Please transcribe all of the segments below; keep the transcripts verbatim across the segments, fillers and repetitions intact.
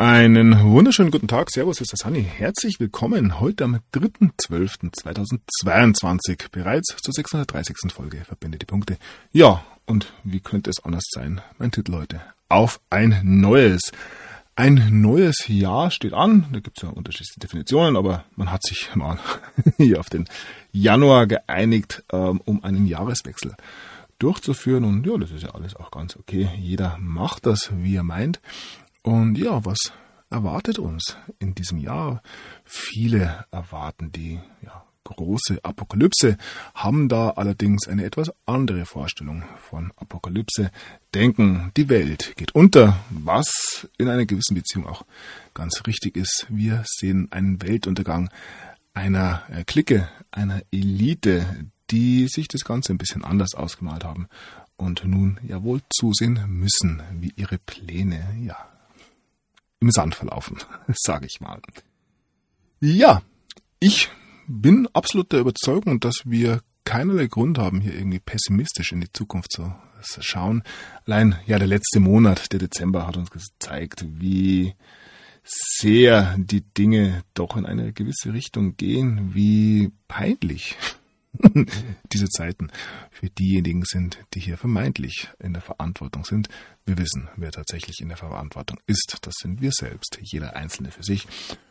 Einen wunderschönen guten Tag, Servus, ist der Sunny. Herzlich willkommen heute am dritten zwölften zweitausendzweiundzwanzig, bereits zur sechshundertdreißigsten Folge Verbinde die Punkte. Ja, und wie könnte es anders sein? Mein Titel heute, auf ein neues. Ein neues Jahr steht an, da gibt es ja unterschiedliche Definitionen, aber man hat sich mal hier auf den Januar geeinigt, ähm, um einen Jahreswechsel durchzuführen. Und ja, das ist ja alles auch ganz okay. Jeder macht das, wie er meint. Und ja, was erwartet uns in diesem Jahr? Viele erwarten die ja, große Apokalypse, haben da allerdings eine etwas andere Vorstellung von Apokalypse, denken, die Welt geht unter, was in einer gewissen Beziehung auch ganz richtig ist. Wir sehen einen Weltuntergang einer Clique, einer Elite, die sich das Ganze ein bisschen anders ausgemalt haben und nun ja wohl zusehen müssen, wie ihre Pläne, ja, im Sand verlaufen, sage ich mal. Ja, ich bin absolut der Überzeugung, dass wir keinerlei Grund haben, hier irgendwie pessimistisch in die Zukunft zu schauen. Allein, ja, der letzte Monat, der Dezember, hat uns gezeigt, wie sehr die Dinge doch in eine gewisse Richtung gehen, wie peinlich diese Zeiten für diejenigen sind, die hier vermeintlich in der Verantwortung sind. Wir wissen, wer tatsächlich in der Verantwortung ist. Das sind wir selbst, jeder Einzelne für sich.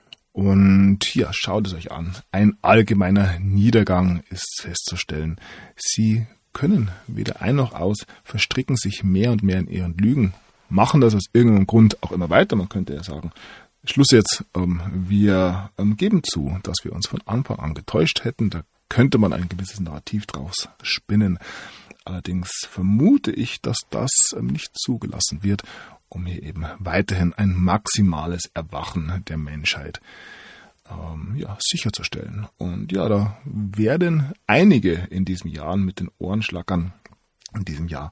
Und ja, schaut es euch an. Ein allgemeiner Niedergang ist festzustellen. Sie können weder ein noch aus, verstricken sich mehr und mehr in ihren Lügen, machen das aus irgendeinem Grund auch immer weiter. Man könnte ja sagen, Schluss jetzt, ähm, wir ähm, geben zu, dass wir uns von Anfang an getäuscht hätten. Da könnte man ein gewisses Narrativ draus spinnen. Allerdings vermute ich, dass das nicht zugelassen wird, um hier eben weiterhin ein maximales Erwachen der Menschheit ähm, ja, sicherzustellen. Und ja, da werden einige in diesem Jahr mit den Ohren schlackern. In diesem Jahr.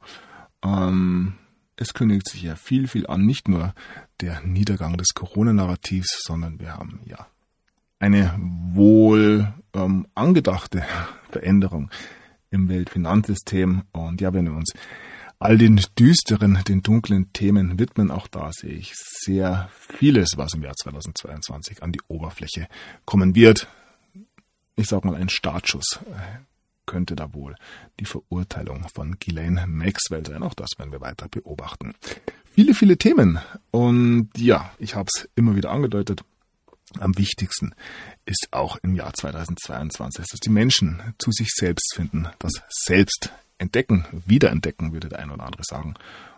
Ähm, es kündigt sich ja viel, viel an. Nicht nur der Niedergang des Corona-Narrativs, sondern wir haben ja eine wohl ähm, angedachte Veränderung im Weltfinanzsystem. Und ja, wenn wir uns all den düsteren, den dunklen Themen widmen, auch da sehe ich sehr vieles, was im Jahr zweitausendzweiundzwanzig an die Oberfläche kommen wird. Ich sage mal, ein Startschuss könnte da wohl die Verurteilung von Ghislaine Maxwell sein. Auch das werden wir weiter beobachten. Viele, viele Themen. Und ja, ich habe es immer wieder angedeutet. Am wichtigsten ist auch im Jahr zweitausendzweiundzwanzig, dass die Menschen zu sich selbst finden, das Selbst entdecken, wiederentdecken, würde der ein oder andere sagen.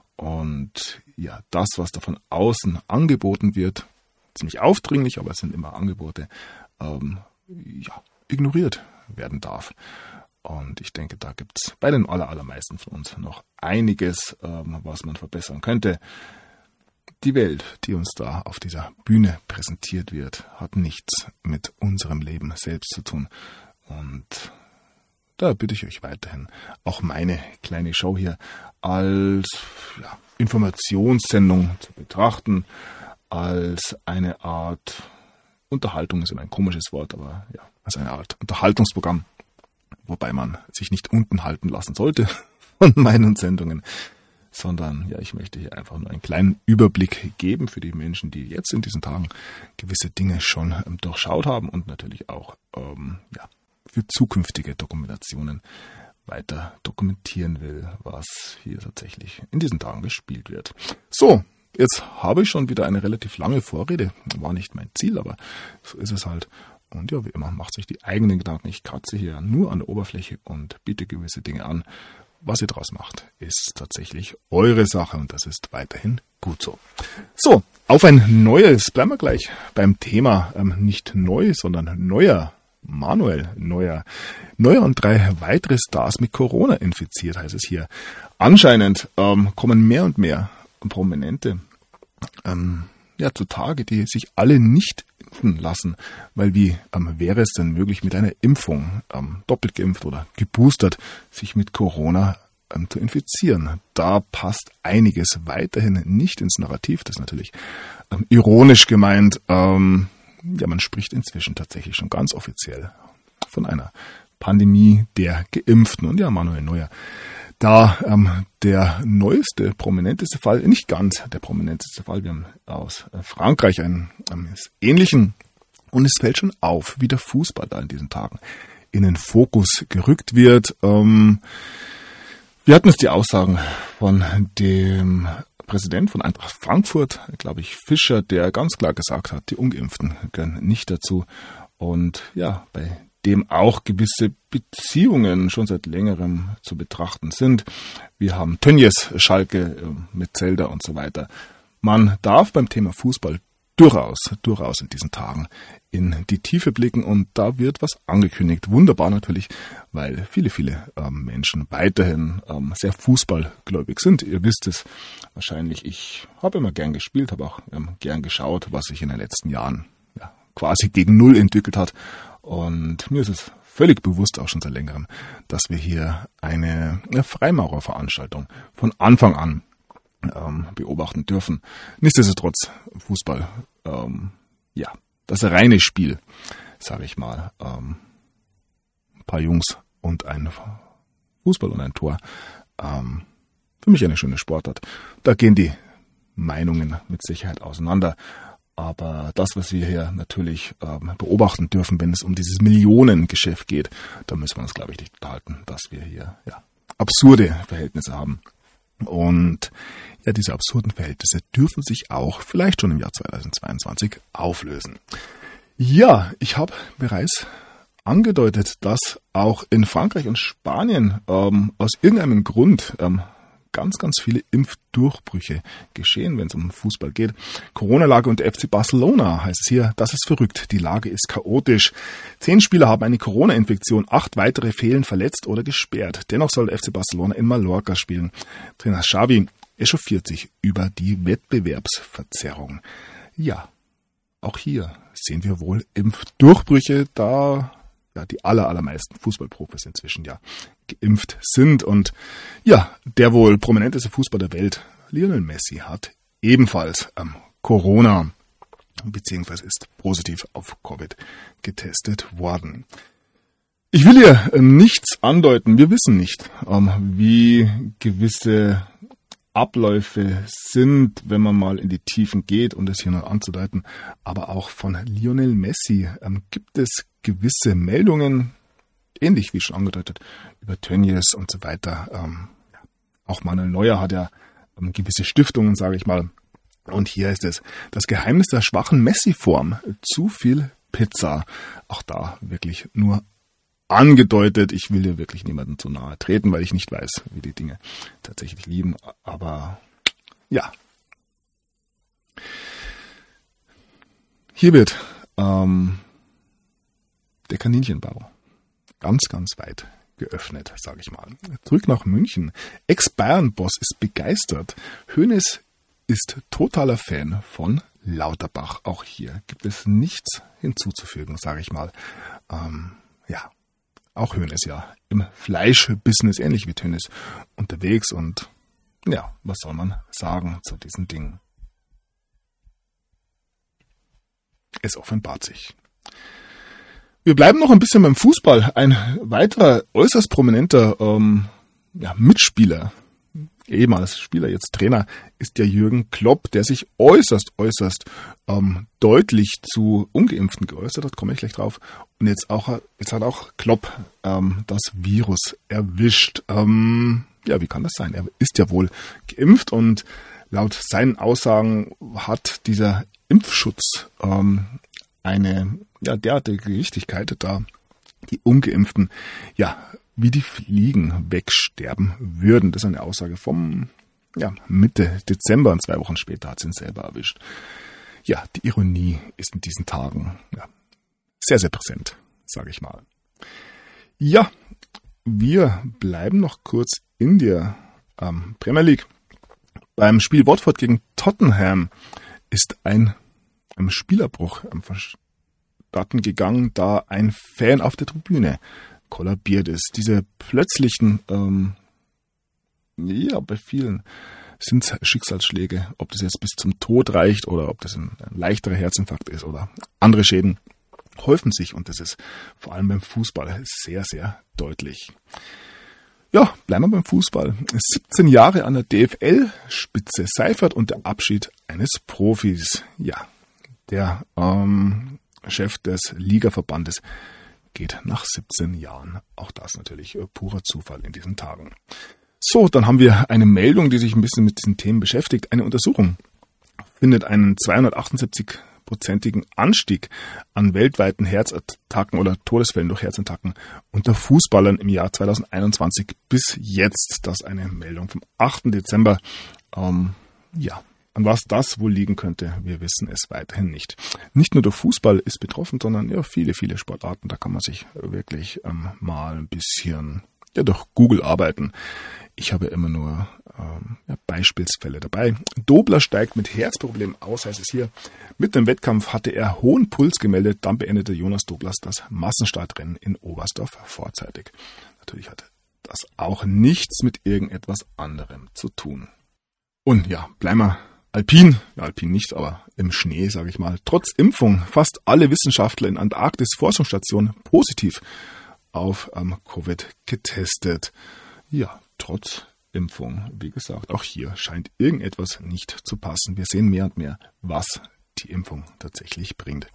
Und ja, das, was da von außen angeboten wird, ziemlich aufdringlich, aber es sind immer Angebote, ähm, ja, ignoriert werden darf. Und ich denke, da gibt es bei den aller, allermeisten von uns noch einiges, ähm, was man verbessern könnte. Die Welt, die uns da auf dieser Bühne präsentiert wird, hat nichts mit unserem Leben selbst zu tun. Und da bitte ich euch weiterhin, auch meine kleine Show hier als ja, Informationssendung zu betrachten, als eine Art Unterhaltung, ist immer ein komisches Wort, aber ja, als eine Art Unterhaltungsprogramm, wobei man sich nicht unten halten lassen sollte von meinen Sendungen, sondern ja, ich möchte hier einfach nur einen kleinen Überblick geben für die Menschen, die jetzt in diesen Tagen gewisse Dinge schon ähm, durchschaut haben und natürlich auch ähm, ja, für zukünftige Dokumentationen weiter dokumentieren will, was hier tatsächlich in diesen Tagen gespielt wird. So, jetzt habe ich schon wieder eine relativ lange Vorrede, war nicht mein Ziel, aber so ist es halt. Und ja, wie immer, macht sich die eigenen Gedanken. Ich kratze hier nur an der Oberfläche und biete gewisse Dinge an. Was ihr draus macht, ist tatsächlich eure Sache und das ist weiterhin gut so. So, auf ein neues, bleiben wir gleich beim Thema, ähm, nicht neu, sondern neuer, Manuel Neuer. Neuer und drei weitere Stars mit Corona infiziert, heißt es hier. Anscheinend ähm, kommen mehr und mehr Prominente ähm, ja, zutage, die sich alle nicht impfen lassen, weil wie ähm, wäre es denn möglich, mit einer Impfung, ähm, doppelt geimpft oder geboostert, sich mit Corona ähm, zu infizieren? Da passt einiges weiterhin nicht ins Narrativ. Das ist natürlich ähm, ironisch gemeint. Ähm, ja, man spricht inzwischen tatsächlich schon ganz offiziell von einer Pandemie der Geimpften. Und ja, Manuel Neuer, Da ähm, der neueste, prominenteste Fall, nicht ganz der prominenteste Fall, wir haben aus Frankreich einen, einen ähnlichen, und es fällt schon auf, wie der Fußball da in diesen Tagen in den Fokus gerückt wird. Ähm, wir hatten jetzt die Aussagen von dem Präsident von Eintracht Frankfurt, glaube ich, Fischer, der ganz klar gesagt hat, die Ungeimpften gehören nicht dazu. Und ja, bei dem auch gewisse Beziehungen schon seit längerem zu betrachten sind. Wir haben Tönnies, Schalke mit Zelda und so weiter. Man darf beim Thema Fußball durchaus, durchaus in diesen Tagen in die Tiefe blicken und da wird was angekündigt. Wunderbar natürlich, weil viele, viele ähm, Menschen weiterhin ähm, sehr fußballgläubig sind. Ihr wisst es wahrscheinlich, ich habe immer gern gespielt, habe auch ähm, gern geschaut, was sich in den letzten Jahren ja, quasi gegen Null entwickelt hat. Und mir ist es völlig bewusst, auch schon seit längerem, dass wir hier eine, eine Freimaurerveranstaltung von Anfang an ähm, beobachten dürfen. Nichtsdestotrotz, Fußball, ähm, ja, das reine Spiel, sage ich mal, ähm, ein paar Jungs und ein Fußball und ein Tor, ähm, für mich eine schöne Sportart. Da gehen die Meinungen mit Sicherheit auseinander. Aber das, was wir hier natürlich ähm, beobachten dürfen, wenn es um dieses Millionengeschäft geht, da müssen wir uns, glaube ich, nicht unterhalten, dass wir hier ja, absurde Verhältnisse haben. Und ja, diese absurden Verhältnisse dürfen sich auch vielleicht schon im Jahr zweitausendzweiundzwanzig auflösen. Ja, ich habe bereits angedeutet, dass auch in Frankreich und Spanien ähm, aus irgendeinem Grund ähm, ganz, ganz viele Impfdurchbrüche geschehen, wenn es um Fußball geht. Corona-Lage und der F C Barcelona heißt es hier, das ist verrückt, die Lage ist chaotisch. Zehn Spieler haben eine Corona-Infektion, acht weitere fehlen verletzt oder gesperrt. Dennoch soll der F C Barcelona in Mallorca spielen. Trainer Xavi echauffiert sich über die Wettbewerbsverzerrung. Ja, auch hier sehen wir wohl Impfdurchbrüche, da ja, die aller, allermeisten Fußballprofis inzwischen ja geimpft sind. Und ja, der wohl prominenteste Fußballer der Welt, Lionel Messi, hat ebenfalls ähm, Corona beziehungsweise ist positiv auf Covid getestet worden. Ich will hier ähm, nichts andeuten. Wir wissen nicht, ähm, wie gewisse Abläufe sind, wenn man mal in die Tiefen geht, um das hier noch anzudeuten. Aber auch von Lionel Messi ähm, gibt es gewisse Meldungen, ähnlich wie schon angedeutet, über Tönnies und so weiter. Ähm, auch Manuel Neuer hat ja ähm, gewisse Stiftungen, sage ich mal. Und hier ist es das Geheimnis der schwachen Messi-Form. Zu viel Pizza. Auch da wirklich nur angedeutet. Ich will dir wirklich niemandem zu nahe treten, weil ich nicht weiß, wie die Dinge tatsächlich lieben. Aber ja. Hier wird ähm, der Kaninchenbau ganz, ganz weit geöffnet, sage ich mal. Zurück nach München. Ex-Bayern-Boss ist begeistert. Hoeneß ist totaler Fan von Lauterbach. Auch hier gibt es nichts hinzuzufügen, sage ich mal. Ähm, ja. Auch Hoeneß ja im Fleischbusiness, ähnlich wie Tönnies, unterwegs. Und ja, was soll man sagen zu diesen Dingen? Es offenbart sich. Wir bleiben noch ein bisschen beim Fußball. Ein weiterer äußerst prominenter ähm, ja, Mitspieler, ehemals Spieler, jetzt Trainer, ist der Jürgen Klopp, der sich äußerst, äußerst ähm, deutlich zu Ungeimpften geäußert hat, komme ich gleich drauf. Und jetzt auch, jetzt hat auch Klopp ähm, das Virus erwischt. Ähm, ja, wie kann das sein? Er ist ja wohl geimpft und laut seinen Aussagen hat dieser Impfschutz ähm, eine ja, derartige Richtigkeit, da die Ungeimpften ja wie die Fliegen wegsterben würden. Das ist eine Aussage vom ja, Mitte Dezember und zwei Wochen später hat sie ihn selber erwischt. Ja, die Ironie ist in diesen Tagen ja, sehr, sehr präsent, sage ich mal. Ja, wir bleiben noch kurz in der ähm, Premier League. Beim Spiel Watford gegen Tottenham ist ein, ein Spielerbruch ähm, vonstatten gegangen, da ein Fan auf der Tribüne kollabiert ist. Diese plötzlichen, ähm, ja, bei vielen sind es Schicksalsschläge, ob das jetzt bis zum Tod reicht oder ob das ein, ein leichterer Herzinfarkt ist oder andere Schäden, häufen sich und das ist vor allem beim Fußball sehr, sehr deutlich. Ja, bleiben wir beim Fußball. siebzehn Jahre an der D F L-Spitze, Seifert und der Abschied eines Profis. Ja, der ähm, Chef des Ligaverbandes geht nach siebzehn Jahren. Auch das natürlich äh, purer Zufall in diesen Tagen. So, dann haben wir eine Meldung, die sich ein bisschen mit diesen Themen beschäftigt. Eine Untersuchung findet einen zweihundertachtundsiebzig-prozentigen Anstieg an weltweiten Herzattacken oder Todesfällen durch Herzattacken unter Fußballern im Jahr zweitausendeinundzwanzig bis jetzt. Das ist eine Meldung vom achten Dezember. Ähm, ja, an was das wohl liegen könnte, wir wissen es weiterhin nicht. Nicht nur der Fußball ist betroffen, sondern ja viele, viele Sportarten. Da kann man sich wirklich ähm, mal ein bisschen ja, durch Google arbeiten. Ich habe immer nur ähm, ja, Beispielsfälle dabei. Dobler steigt mit Herzproblemen aus, heißt es hier. Mit dem Wettkampf hatte er hohen Puls gemeldet. Dann beendete Jonas Doblers das Massenstartrennen in Oberstdorf vorzeitig. Natürlich hat das auch nichts mit irgendetwas anderem zu tun. Und ja, bleiben wir alpin. Ja, alpin nicht, aber im Schnee, sage ich mal. Trotz Impfung fast alle Wissenschaftler in Antarktis-Forschungsstation positiv auf ähm, Covid getestet. Ja, trotz Impfung, wie gesagt, auch hier scheint irgendetwas nicht zu passen. Wir sehen mehr und mehr, was die Impfung tatsächlich bringt.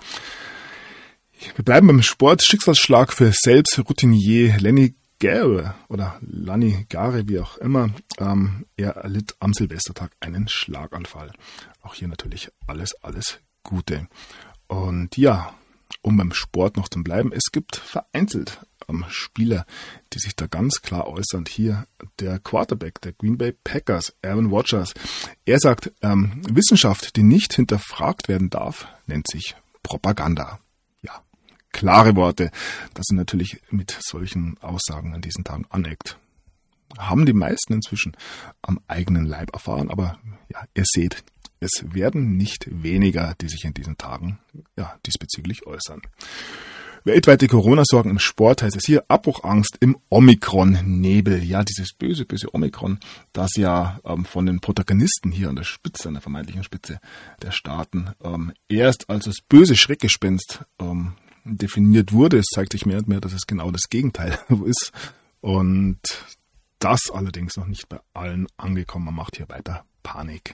Wir bleiben beim Sport. Schicksalsschlag für Selbstroutinier Lenny Gare oder Lanny Gare, wie auch immer. Ähm, er erlitt am Silvestertag einen Schlaganfall. Auch hier natürlich alles, alles Gute. Und ja, um beim Sport noch zu bleiben, es gibt vereinzelt ähm, Spieler, die sich da ganz klar äußern. Hier der Quarterback der Green Bay Packers, Aaron Rodgers. Er sagt, ähm, Wissenschaft, die nicht hinterfragt werden darf, nennt sich Propaganda. Ja, klare Worte, dass er natürlich mit solchen Aussagen an diesen Tagen aneckt. Haben die meisten inzwischen am eigenen Leib erfahren, aber ja, ihr seht, es werden nicht weniger, die sich in diesen Tagen ja, diesbezüglich äußern. Weltweite Corona-Sorgen im Sport, heißt es hier, Abbruchangst im Omikron-Nebel. Ja, dieses böse, böse Omikron, das ja ähm, von den Protagonisten hier an der Spitze, an der vermeintlichen Spitze der Staaten, ähm, erst als das böse Schreckgespenst ähm, definiert wurde. Es zeigt sich mehr und mehr, dass es genau das Gegenteil ist. Und das allerdings noch nicht bei allen angekommen. Man macht hier weiter Panik.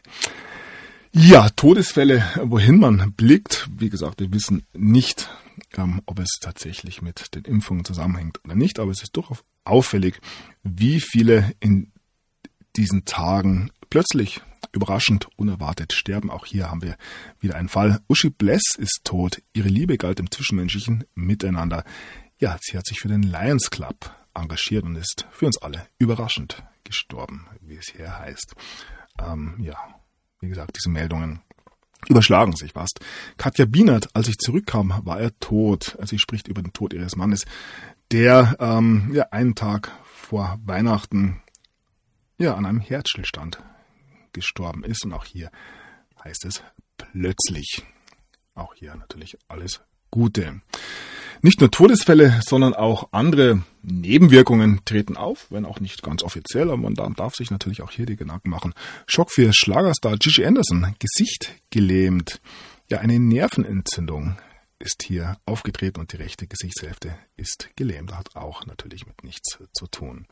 Ja, Todesfälle, wohin man blickt. Wie gesagt, wir wissen nicht, ähm, ob es tatsächlich mit den Impfungen zusammenhängt oder nicht, aber es ist durchaus auffällig, wie viele in diesen Tagen plötzlich, überraschend, unerwartet sterben. Auch hier haben wir wieder einen Fall. Uschi Bless ist tot. Ihre Liebe galt im zwischenmenschlichen Miteinander. Ja, sie hat sich für den Lions Club engagiert und ist für uns alle überraschend gestorben, wie es hier heißt. Ähm, ja. Wie gesagt, diese Meldungen überschlagen sich fast. Katja Bienert, als ich zurückkam, war er tot. Sie spricht über den Tod ihres Mannes, der ähm, ja, einen Tag vor Weihnachten ja, an einem Herzstillstand gestorben ist. Und auch hier heißt es plötzlich. Auch hier natürlich alles Gute. Nicht nur Todesfälle, sondern auch andere Nebenwirkungen treten auf, wenn auch nicht ganz offiziell, aber man darf sich natürlich auch hier die Gedanken machen. Schock für Schlagerstar Gigi Anderson, Gesicht gelähmt. Ja, eine Nervenentzündung ist hier aufgetreten und die rechte Gesichtshälfte ist gelähmt. Hat auch natürlich mit nichts zu tun.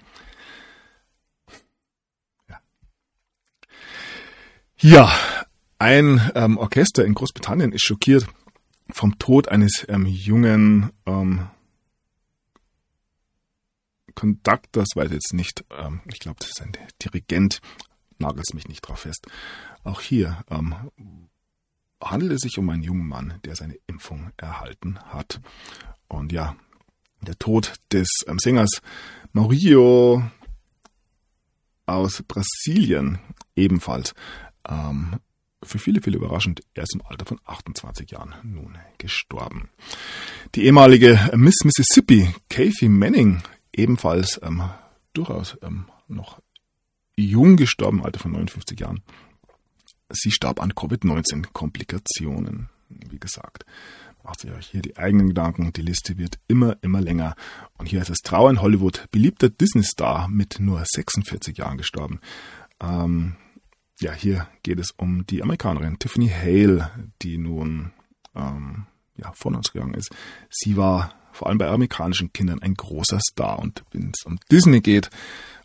Ja, ja ein ähm, Orchester in Großbritannien ist schockiert vom Tod eines ähm, jungen ähm, Conductors, weiß ich jetzt nicht, ähm, ich glaube, das ist ein Dirigent, nagelt mich nicht drauf fest. Auch hier ähm, handelt es sich um einen jungen Mann, der seine Impfung erhalten hat. Und ja, der Tod des ähm, Sängers Maurício aus Brasilien ebenfalls ähm, für viele, viele überraschend, er ist im Alter von achtundzwanzig Jahren nun gestorben. Die ehemalige Miss Mississippi, Kathy Manning, ebenfalls ähm, durchaus ähm, noch jung gestorben, im Alter von neunundfünfzig Jahren. Sie starb an Covid neunzehn Komplikationen. Wie gesagt, macht sich euch hier die eigenen Gedanken. Die Liste wird immer, immer länger. Und hier ist es Trauer in Hollywood. Beliebter Disney-Star mit nur sechsundvierzig Jahren gestorben. Ähm, Ja, hier geht es um die Amerikanerin Tiffany Hale, die nun ähm, ja, von uns gegangen ist. Sie war vor allem bei amerikanischen Kindern ein großer Star. Und wenn es um Disney geht,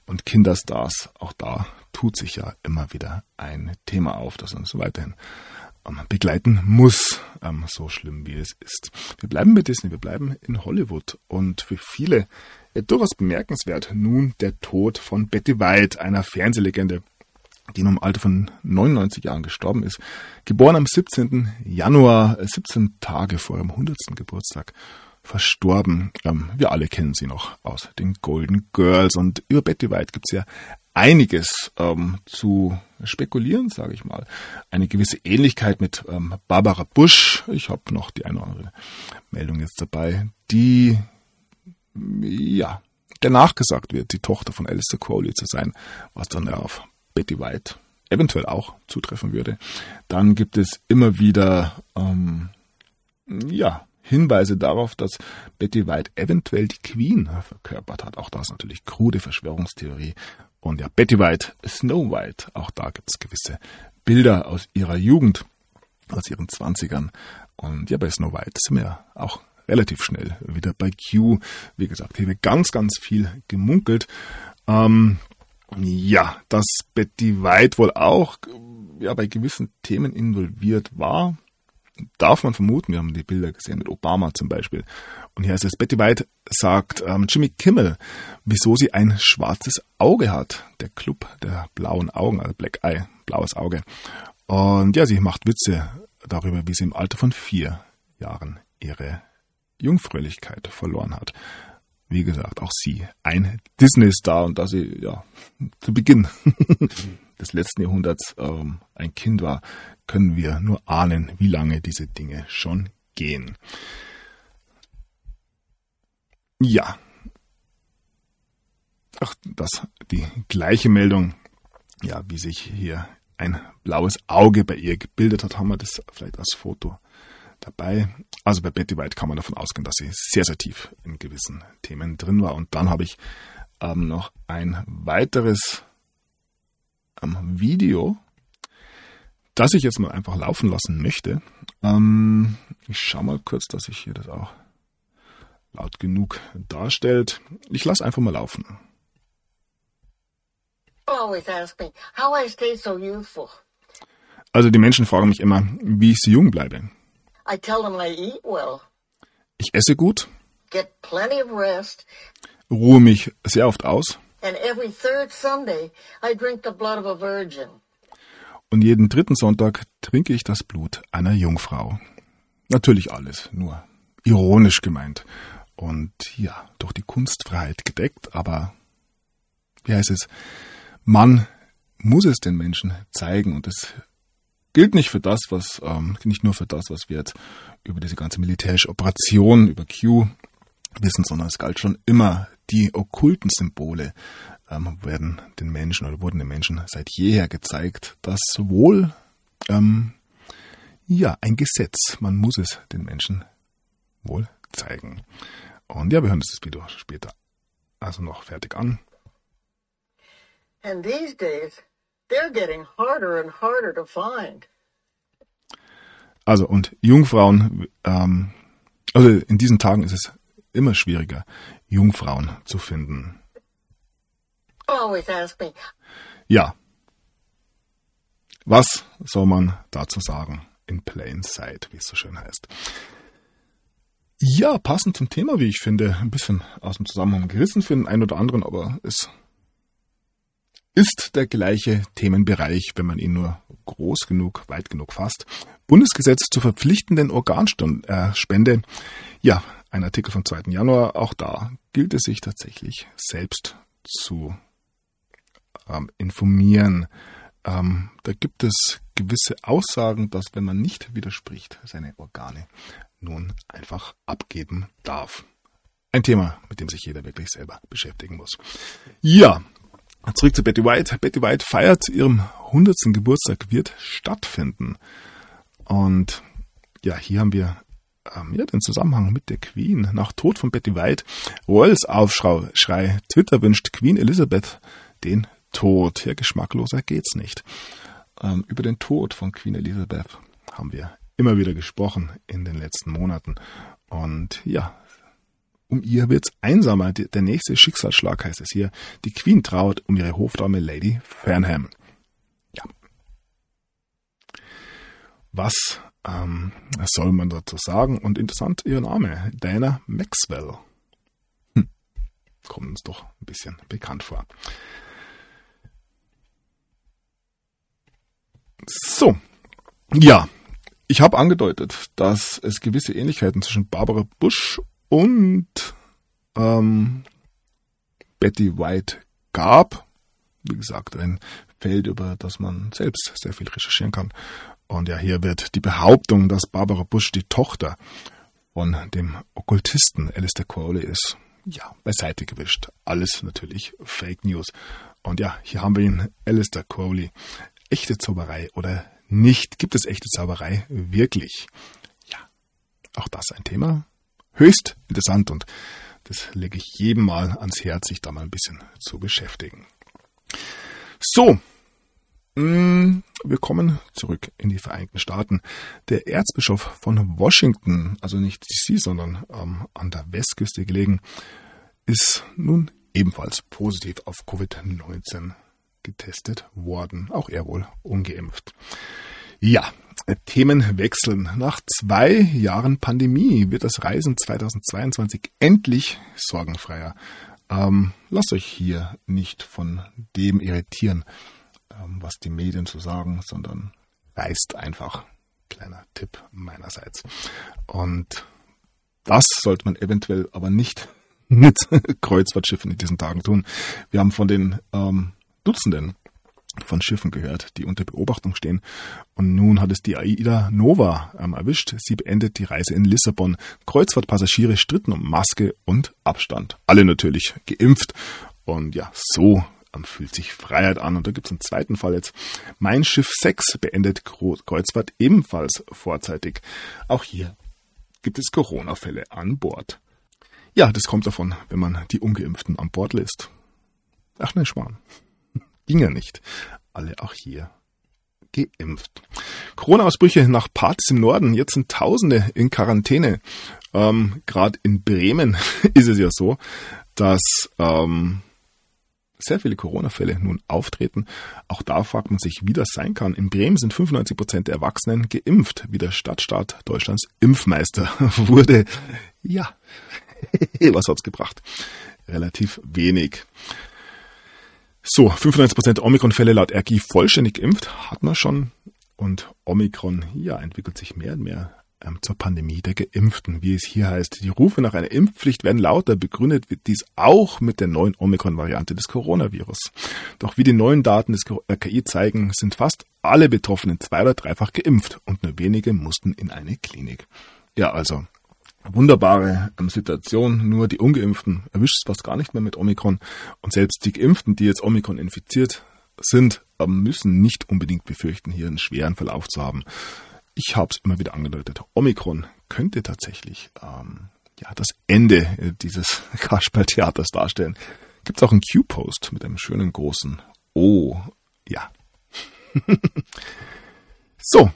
und Kinderstars, auch da tut sich ja immer wieder ein Thema auf, das uns weiterhin ähm, begleiten muss, ähm, so schlimm wie es ist. Wir bleiben bei Disney, wir bleiben in Hollywood und für viele ja, durchaus bemerkenswert nun der Tod von Betty White, einer Fernsehlegende, die nun im Alter von neunundneunzig Jahren gestorben ist. Geboren am siebzehnten Januar, siebzehn Tage vor ihrem hundertsten Geburtstag, verstorben. Ähm, wir alle kennen sie noch aus den Golden Girls und über Betty White gibt es ja einiges ähm, zu spekulieren, sage ich mal. Eine gewisse Ähnlichkeit mit ähm, Barbara Bush. Ich habe noch die eine oder andere Meldung jetzt dabei, die ja der nachgesagt wird, die Tochter von Aleister Crowley zu sein, was dann ja auf Betty White eventuell auch zutreffen würde. Dann gibt es immer wieder ähm, ja Hinweise darauf, dass Betty White eventuell die Queen verkörpert hat. Auch das natürlich krude Verschwörungstheorie. Und ja, Betty White, Snow White, auch da gibt es gewisse Bilder aus ihrer Jugend, aus ihren Zwanzigern. Und ja, bei Snow White sind wir auch relativ schnell wieder bei Q. Wie gesagt, hier wird ganz, ganz viel gemunkelt. Ähm, ja, dass Betty White wohl auch ja, bei gewissen Themen involviert war, darf man vermuten. Wir haben die Bilder gesehen mit Obama zum Beispiel. Und hier heißt es, Betty White sagt ähm, Jimmy Kimmel, wieso sie ein schwarzes Auge hat. Der Club der blauen Augen, also Black Eye, blaues Auge. Und ja, sie macht Witze darüber, wie sie im Alter von vier Jahren ihre Jungfräulichkeit verloren hat. Wie gesagt, auch sie ein Disney-Star und da sie ja zu Beginn des letzten Jahrhunderts ähm, ein Kind war, können wir nur ahnen, wie lange diese Dinge schon gehen. Ja. Ach, das die gleiche Meldung, ja, wie sich hier ein blaues Auge bei ihr gebildet hat, haben wir das vielleicht als Foto dabei. Also bei Betty White kann man davon ausgehen, dass sie sehr, sehr tief in gewissen Themen drin war. Und dann habe ich ähm, noch ein weiteres ähm, Video, das ich jetzt mal einfach laufen lassen möchte. Ähm, ich schaue mal kurz, dass ich hier das auch laut genug darstellt. Ich lasse einfach mal laufen. Also die Menschen fragen mich immer, wie ich so jung bleibe. I tell them I eat well, Ich esse gut, get plenty of rest, ruhe mich sehr oft aus and every third Sunday I drink the blood of a virgin. und jeden dritten Sonntag trinke ich das Blut einer Jungfrau. Natürlich alles, nur ironisch gemeint und ja, durch die Kunstfreiheit gedeckt, aber wie heißt es, man muss es den Menschen zeigen und es gilt nicht für das, was, ähm, nicht nur für das, was wir jetzt über diese ganze militärische Operation, über Q wissen, sondern es galt schon immer, die okkulten Symbole ähm, werden den Menschen oder wurden den Menschen seit jeher gezeigt, dass wohl, ähm, ja, ein Gesetz, man muss es den Menschen wohl zeigen. Und ja, wir hören uns das Video später also noch fertig an. And these days, they're getting harder and harder to find. Also und Jungfrauen, ähm, also in diesen Tagen ist es immer schwieriger, Jungfrauen zu finden. Always ask me. Ja. Was soll man dazu sagen? In plain sight, wie es so schön heißt. Ja, passend zum Thema, wie ich finde, ein bisschen aus dem Zusammenhang gerissen für den einen oder anderen, aber es ist der gleiche Themenbereich, wenn man ihn nur groß genug, weit genug fasst. Bundesgesetz zur verpflichtenden Organspende. Ja, ein Artikel vom zweiten Januar. Auch da gilt es sich tatsächlich selbst zu ähm, informieren. Ähm, da gibt es gewisse Aussagen, dass wenn man nicht widerspricht, seine Organe nun einfach abgeben darf. Ein Thema, mit dem sich jeder wirklich selber beschäftigen muss. Ja, zurück zu Betty White. Betty White feiert zu ihrem hundertsten Geburtstag, wird stattfinden. Und ja, hier haben wir ähm, ja, den Zusammenhang mit der Queen. Nach Tod von Betty White, Royals Aufschrei, Twitter wünscht Queen Elizabeth den Tod. Ja, geschmackloser geht's nicht. Ähm, über den Tod von Queen Elizabeth haben wir immer wieder gesprochen in den letzten Monaten. Und ja, Um ihr wird's einsamer. Der nächste Schicksalsschlag heißt es hier. Die Queen trauert um ihre Hofdame Lady Farnham. Ja. Was ähm, soll man dazu sagen? Und interessant ihr Name. Diana Maxwell. Hm. Kommt uns doch ein bisschen bekannt vor. So. Ja. Ich habe angedeutet, dass es gewisse Ähnlichkeiten zwischen Barbara Bush und ähm, Betty White gab. Wie gesagt, ein Feld, über das man selbst sehr viel recherchieren kann. Und ja, hier wird die Behauptung, dass Barbara Bush die Tochter von dem Okkultisten Aleister Crowley ist, ja, beiseite gewischt. Alles natürlich Fake News. Und ja, hier haben wir ihn, Aleister Crowley. Echte Zauberei oder nicht? Gibt es echte Zauberei wirklich? Ja, auch das ein Thema. Höchst interessant und das lege ich jedem mal ans Herz, sich da mal ein bisschen zu beschäftigen. So, mh, wir kommen zurück in die Vereinigten Staaten. Der Erzbischof von Washington, also nicht D C, sondern ähm, an der Westküste gelegen, ist nun ebenfalls positiv auf Covid neunzehn getestet worden. Auch er wohl ungeimpft. Ja, Themen wechseln. Nach zwei Jahren Pandemie wird das Reisen zweitausendzweiundzwanzig endlich sorgenfreier. Ähm, lasst euch hier nicht von dem irritieren, ähm, was die Medien so sagen, sondern reist einfach. Kleiner Tipp meinerseits. Und das sollte man eventuell aber nicht mit Kreuzfahrtschiffen in diesen Tagen tun. Wir haben von den ähm, Dutzenden von Schiffen gehört, die unter Beobachtung stehen. Und nun hat es die Aida Nova ähm, erwischt. Sie beendet die Reise in Lissabon. Kreuzfahrtpassagiere stritten um Maske und Abstand. Alle natürlich geimpft. Und ja, so ähm, fühlt sich Freiheit an. Und da gibt es einen zweiten Fall jetzt. Mein Schiff sechs beendet Kreuzfahrt ebenfalls vorzeitig. Auch hier gibt es Corona-Fälle an Bord. Ja, das kommt davon, wenn man die Ungeimpften an Bord lässt. Ach nein, Schmarrn. Ging ja nicht. Alle auch hier geimpft. Corona-Ausbrüche nach Partys im Norden. Jetzt sind Tausende in Quarantäne. Ähm, Gerade in Bremen ist es ja so, dass ähm, sehr viele Corona-Fälle nun auftreten. Auch da fragt man sich, wie das sein kann. In Bremen sind fünfundneunzig Prozent der Erwachsenen geimpft, wie der Stadtstaat Deutschlands Impfmeister wurde. Ja, was hat's gebracht? Relativ wenig. So, fünfundneunzig Prozent der Omikron-Fälle laut R K I vollständig geimpft, hat man schon. Und Omikron, ja, entwickelt sich mehr und mehr ähm, zur Pandemie der Geimpften, wie es hier heißt. Die Rufe nach einer Impfpflicht werden lauter, begründet wird dies auch mit der neuen Omikron-Variante des Coronavirus. Doch wie die neuen Daten des R K I zeigen, sind fast alle Betroffenen zwei- oder dreifach geimpft und nur wenige mussten in eine Klinik. Ja, also wunderbare ähm, Situation, nur die Ungeimpften erwischt es fast gar nicht mehr mit Omikron und selbst die Geimpften, die jetzt Omikron infiziert sind, ähm, müssen nicht unbedingt befürchten, hier einen schweren Verlauf zu haben. Ich habe es immer wieder angedeutet, Omikron könnte tatsächlich ähm, ja das Ende äh, dieses Kasperltheaters darstellen. Gibt es auch einen Q-Post mit einem schönen großen O. Ja. So.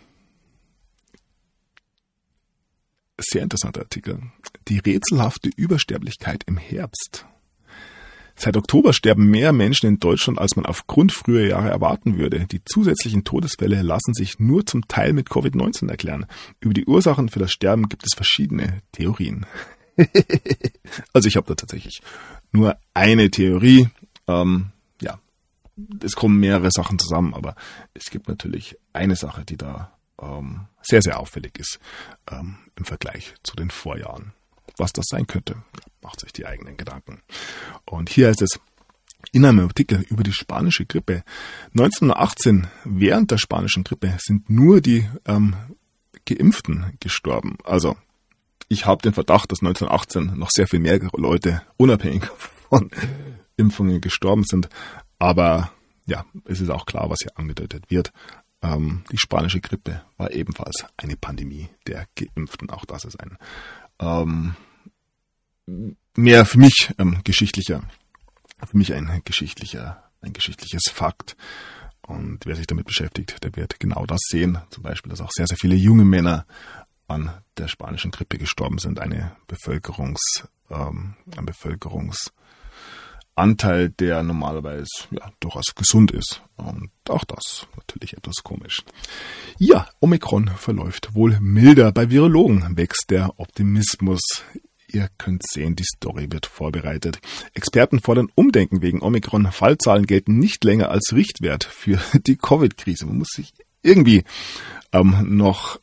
Sehr interessanter Artikel. Die rätselhafte Übersterblichkeit im Herbst. Seit Oktober sterben mehr Menschen in Deutschland, als man aufgrund früher Jahre erwarten würde. Die zusätzlichen Todesfälle lassen sich nur zum Teil mit Covid neunzehn erklären. Über die Ursachen für das Sterben gibt es verschiedene Theorien. Also ich habe da tatsächlich nur eine Theorie. Ähm, ja, es kommen mehrere Sachen zusammen, aber es gibt natürlich eine Sache, die da ähm, sehr, sehr auffällig ist ähm, im Vergleich zu den Vorjahren. Was das sein könnte, macht sich die eigenen Gedanken. Und hier heißt es in einem Artikel über die spanische Grippe. neunzehnhundertachtzehn, während der spanischen Grippe, sind nur die ähm, Geimpften gestorben. Also ich habe den Verdacht, dass neunzehnhundertachtzehn noch sehr viel mehr Leute unabhängig von Impfungen gestorben sind. Aber ja, es ist auch klar, was hier angedeutet wird. Ähm, die spanische Grippe war ebenfalls eine Pandemie der Geimpften. Auch das ist ein ähm, mehr für mich ähm, geschichtlicher, für mich ein geschichtlicher, ein geschichtliches Fakt. Und wer sich damit beschäftigt, der wird genau das sehen. Zum Beispiel, dass auch sehr, sehr viele junge Männer an der spanischen Grippe gestorben sind. Eine Bevölkerungszahl, ähm, ein Bevölkerungsanteil, der normalerweise ja durchaus gesund ist. Und auch das natürlich etwas komisch. Ja, Omikron verläuft wohl milder. Bei Virologen wächst der Optimismus. Ihr könnt sehen, die Story wird vorbereitet. Experten fordern Umdenken wegen Omikron. Fallzahlen gelten nicht länger als Richtwert für die Covid-Krise. Man muss sich irgendwie ähm, noch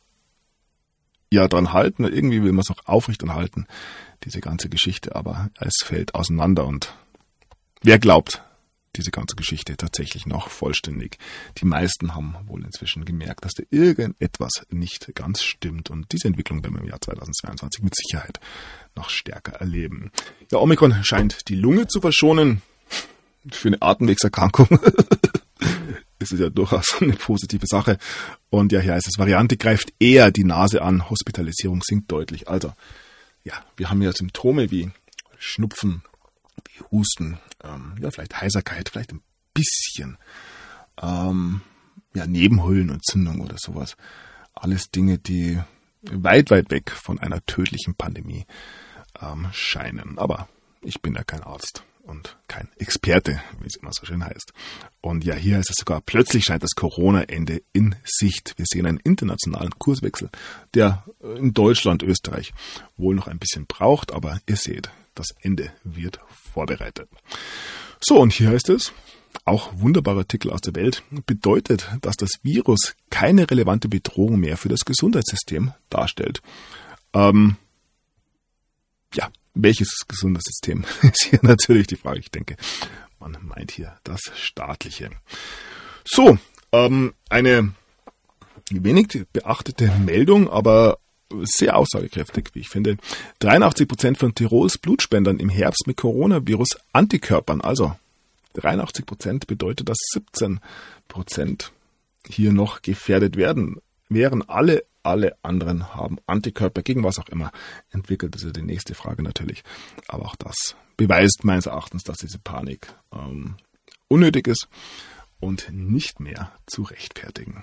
ja dran halten. Irgendwie will man es auch aufrechterhalten, diese ganze Geschichte. Aber es fällt auseinander. Und wer glaubt diese ganze Geschichte tatsächlich noch vollständig? Die meisten haben wohl inzwischen gemerkt, dass da irgendetwas nicht ganz stimmt. Und diese Entwicklung werden wir im Jahr zweitausendzweiundzwanzig mit Sicherheit noch stärker erleben. Ja, Omikron scheint die Lunge zu verschonen. Für eine Atemwegserkrankung ist es ja durchaus eine positive Sache. Und ja, hier heißt es, Variante greift eher die Nase an. Hospitalisierung sinkt deutlich. Also, ja, wir haben ja Symptome wie Schnupfen, wie Husten, ähm, ja, vielleicht Heiserkeit, vielleicht ein bisschen ähm, ja, Nebenhöhlenentzündung oder sowas. Alles Dinge, die weit, weit weg von einer tödlichen Pandemie ähm, scheinen. Aber ich bin ja kein Arzt und kein Experte, wie es immer so schön heißt. Und ja, hier heißt es sogar, plötzlich scheint das Corona-Ende in Sicht. Wir sehen einen internationalen Kurswechsel, der in Deutschland, Österreich wohl noch ein bisschen braucht, aber ihr seht, das Ende wird vorbereitet. So, und hier heißt es, auch wunderbarer Artikel aus der Welt, bedeutet, dass das Virus keine relevante Bedrohung mehr für das Gesundheitssystem darstellt. Ähm, ja, welches Gesundheitssystem ist hier natürlich die Frage. Ich denke, man meint hier das staatliche. So, ähm, eine wenig beachtete Meldung, aber sehr aussagekräftig, wie ich finde. dreiundachtzig Prozent von Tirols Blutspendern im Herbst mit Coronavirus Antikörpern. Also dreiundachtzig Prozent bedeutet, dass siebzehn Prozent hier noch gefährdet werden. Wären alle, alle anderen haben Antikörper gegen was auch immer entwickelt. Das ist die nächste Frage natürlich. Aber auch das beweist meines Erachtens, dass diese Panik ähm, unnötig ist und nicht mehr zu rechtfertigen.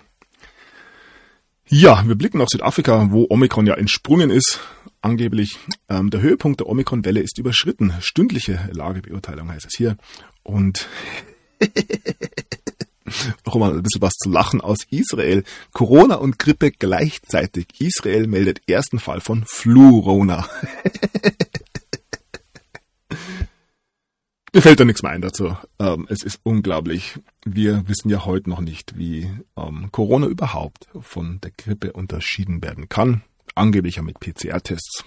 Ja, wir blicken auf Südafrika, wo Omikron ja entsprungen ist, angeblich. Ähm, der Höhepunkt der Omikron-Welle ist überschritten. Stündliche Lagebeurteilung heißt es hier. Und noch mal ein bisschen was zu lachen aus Israel. Corona und Grippe gleichzeitig. Israel meldet ersten Fall von Flurona. Mir fällt da nichts mehr ein dazu. Ähm, es ist unglaublich. Wir wissen ja heute noch nicht, wie ähm, Corona überhaupt von der Grippe unterschieden werden kann. Angeblich ja mit P C R-Tests.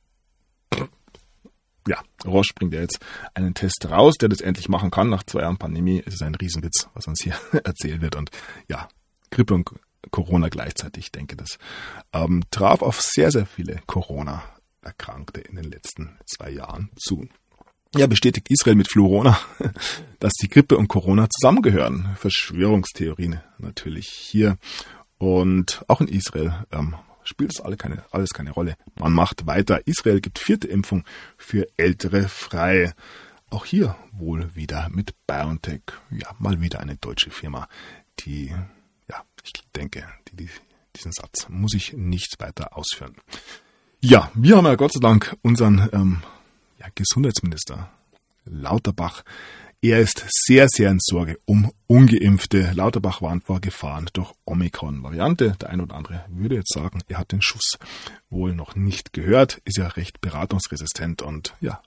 Ja, Roche bringt ja jetzt einen Test raus, der das endlich machen kann. Nach zwei Jahren Pandemie es ist ein Riesenwitz, was uns hier erzählt wird. Und ja, Grippe und Corona gleichzeitig, ich denke, das ähm, traf auf sehr, sehr viele Corona-Erkrankte in den letzten zwei Jahren zu. Ja, bestätigt Israel mit Flurona, dass die Grippe und Corona zusammengehören. Verschwörungstheorien natürlich hier. Und auch in Israel ähm, spielt das alle keine, alles keine Rolle. Man macht weiter. Israel gibt vierte Impfung für Ältere frei. Auch hier wohl wieder mit BioNTech. Ja, mal wieder eine deutsche Firma, die, ja, ich denke, die, die, diesen Satz muss ich nicht weiter ausführen. Ja, wir haben ja Gott sei Dank unseren ähm, ja, Gesundheitsminister Lauterbach. Er ist sehr, sehr in Sorge um Ungeimpfte. Lauterbach warnt vor Gefahren durch Omikron-Variante. Der eine oder andere würde jetzt sagen, er hat den Schuss wohl noch nicht gehört, ist ja recht beratungsresistent und ja.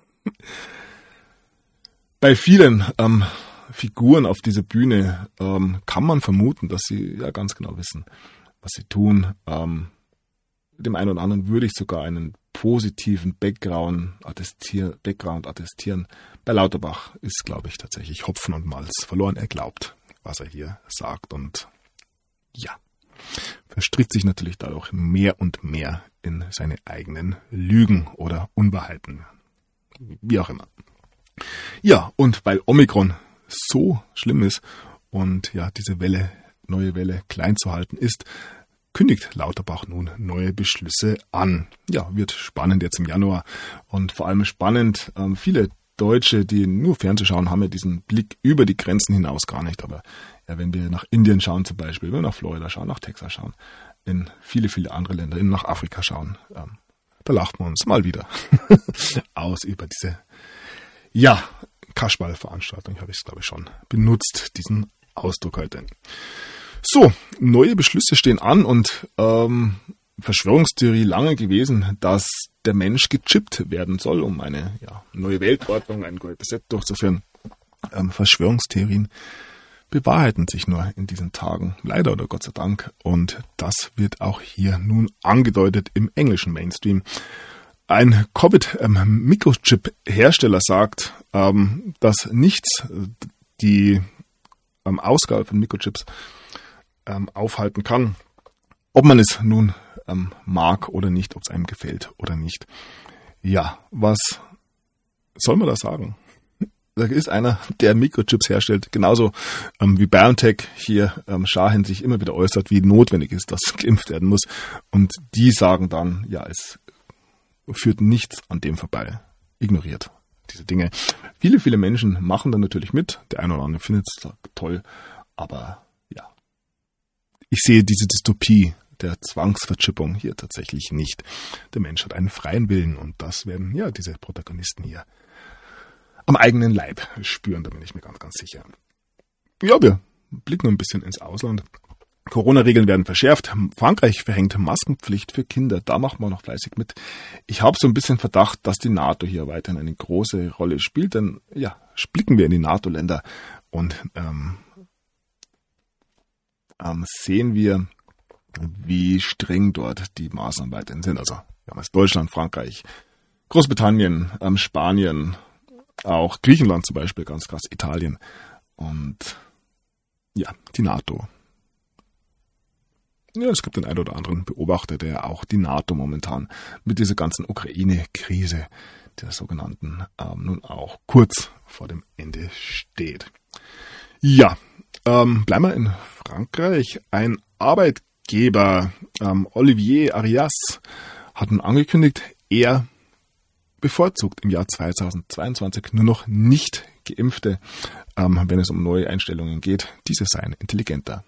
Bei vielen ähm, Figuren auf dieser Bühne ähm, kann man vermuten, dass sie ja ganz genau wissen, was sie tun. Ähm, dem einen oder anderen würde ich sogar einen positiven Background, attestier, Background attestieren. Bei Lauterbach ist, glaube ich, tatsächlich Hopfen und Malz verloren. Er glaubt, was er hier sagt und ja, verstrickt sich natürlich dadurch mehr und mehr in seine eigenen Lügen oder Unwahrheiten. Wie auch immer. Ja, und weil Omikron so schlimm ist und ja, diese Welle, neue Welle klein zu halten ist, kündigt Lauterbach nun neue Beschlüsse an. Ja, wird spannend jetzt im Januar und vor allem spannend. Ähm, viele Deutsche, die nur Fernsehen schauen, haben ja diesen Blick über die Grenzen hinaus gar nicht. Aber ja, wenn wir nach Indien schauen zum Beispiel, wenn wir nach Florida schauen, nach Texas schauen, in viele, viele andere Länder, in nach Afrika schauen, ähm, Da lacht man uns mal wieder aus über diese, ja, Kasperl-Veranstaltung, habe ich es glaube ich schon benutzt, diesen Ausdruck heute. So, neue Beschlüsse stehen an und ähm, Verschwörungstheorie lange gewesen, dass der Mensch gechippt werden soll, um eine ja, neue Weltordnung, ein Gesetz durchzuführen. Ähm, Verschwörungstheorien bewahrheiten sich nur in diesen Tagen, leider oder Gott sei Dank. Und das wird auch hier nun angedeutet im englischen Mainstream. Ein Covid-Mikrochip-Hersteller sagt, ähm, dass nichts die ähm, Ausgabe von Mikrochips ähm, aufhalten kann, ob man es nun ähm, mag oder nicht, ob es einem gefällt oder nicht. Ja, was soll man da sagen? Da ist einer, der Mikrochips herstellt, genauso ähm, wie BioNTech hier ähm, Schahin sich immer wieder äußert, wie notwendig ist, dass geimpft werden muss. Und die sagen dann, ja, es führt nichts an dem vorbei. Ignoriert diese Dinge. Viele, viele Menschen machen dann natürlich mit. Der eine oder andere findet es toll. Aber ja, ich sehe diese Dystopie der Zwangsverchippung hier tatsächlich nicht. Der Mensch hat einen freien Willen und das werden ja diese Protagonisten hier am eigenen Leib spüren, da bin ich mir ganz, ganz sicher. Ja, wir blicken ein bisschen ins Ausland. Corona-Regeln werden verschärft. Frankreich verhängt Maskenpflicht für Kinder. Da machen wir noch fleißig mit. Ich habe so ein bisschen Verdacht, dass die NATO hier weiterhin eine große Rolle spielt. Denn ja, blicken wir in die NATO-Länder und ähm, ähm, sehen wir, wie streng dort die Maßnahmen weiterhin sind. Also wir haben jetzt Deutschland, Frankreich, Großbritannien, ähm, Spanien, auch Griechenland zum Beispiel, ganz krass, Italien und ja, die NATO. Ja, es gibt den einen oder anderen Beobachter, der auch die NATO momentan mit dieser ganzen Ukraine-Krise, der sogenannten, ähm, nun auch kurz vor dem Ende steht. Ja, ähm, bleiben wir in Frankreich. Ein Arbeitgeber, ähm, Olivier Arias, hat nun angekündigt, er bevorzugt im Jahr zweitausendzweiundzwanzig nur noch nicht Geimpfte, ähm, wenn es um neue Einstellungen geht. Diese seien intelligenter.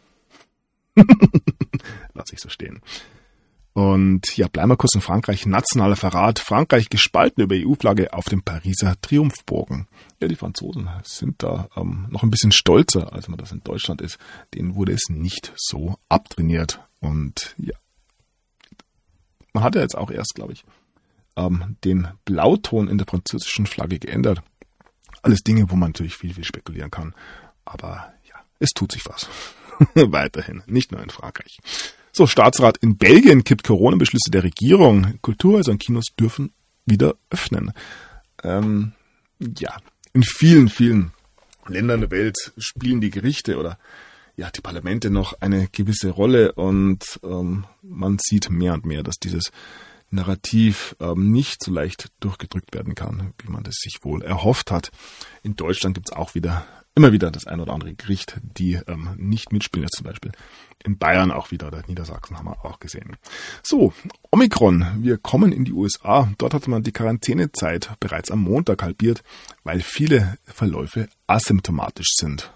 Lass ich so stehen. Und ja, bleiben wir kurz in Frankreich. Nationaler Verrat. Frankreich gespalten über E U-Flagge auf dem Pariser Triumphbogen. Ja, die Franzosen sind da ähm, noch ein bisschen stolzer, als man das in Deutschland ist. Denen wurde es nicht so abtrainiert. Und ja, man hat ja jetzt auch erst, glaube ich, ähm, den Blauton in der französischen Flagge geändert. Alles Dinge, wo man natürlich viel, viel spekulieren kann. Aber ja, es tut sich was. Weiterhin, nicht nur in Frankreich. So, Staatsrat in Belgien kippt Corona-Beschlüsse der Regierung. Kulturhäuser und Kinos dürfen wieder öffnen. Ähm, ja, in vielen, vielen Ländern der Welt spielen die Gerichte oder ja die Parlamente noch eine gewisse Rolle und ähm, man sieht mehr und mehr, dass dieses Narrativ ähm, nicht so leicht durchgedrückt werden kann, wie man das sich wohl erhofft hat. In Deutschland gibt es auch wieder immer wieder das ein oder andere Gericht, die ähm, nicht mitspielen. Jetzt zum Beispiel in Bayern auch wieder, oder Niedersachsen haben wir auch gesehen. So, Omikron. Wir kommen in die U S A. Dort hat man die Quarantänezeit bereits am Montag halbiert, weil viele Verläufe asymptomatisch sind.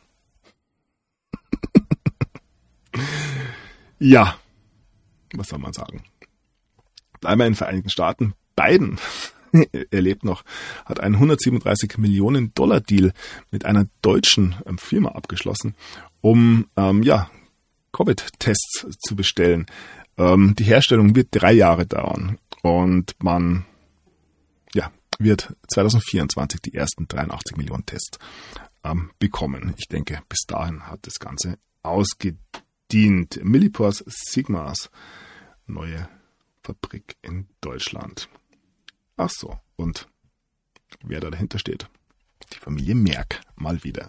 Ja, was soll man sagen? Bleiben wir in den Vereinigten Staaten. Biden, er lebt noch, hat einen hundertsiebenunddreißig Millionen Dollar Deal mit einer deutschen ähm, Firma abgeschlossen, um ähm, ja, Covid-Tests zu bestellen. Ähm, die Herstellung wird drei Jahre dauern und man ja, wird zweitausendvierundzwanzig die ersten dreiundachtzig Millionen Tests ähm, bekommen. Ich denke, bis dahin hat das Ganze ausgedient. Millipore Sigmas, neue Fabrik in Deutschland. Ach so, und wer da dahinter steht? Die Familie Merck, mal wieder.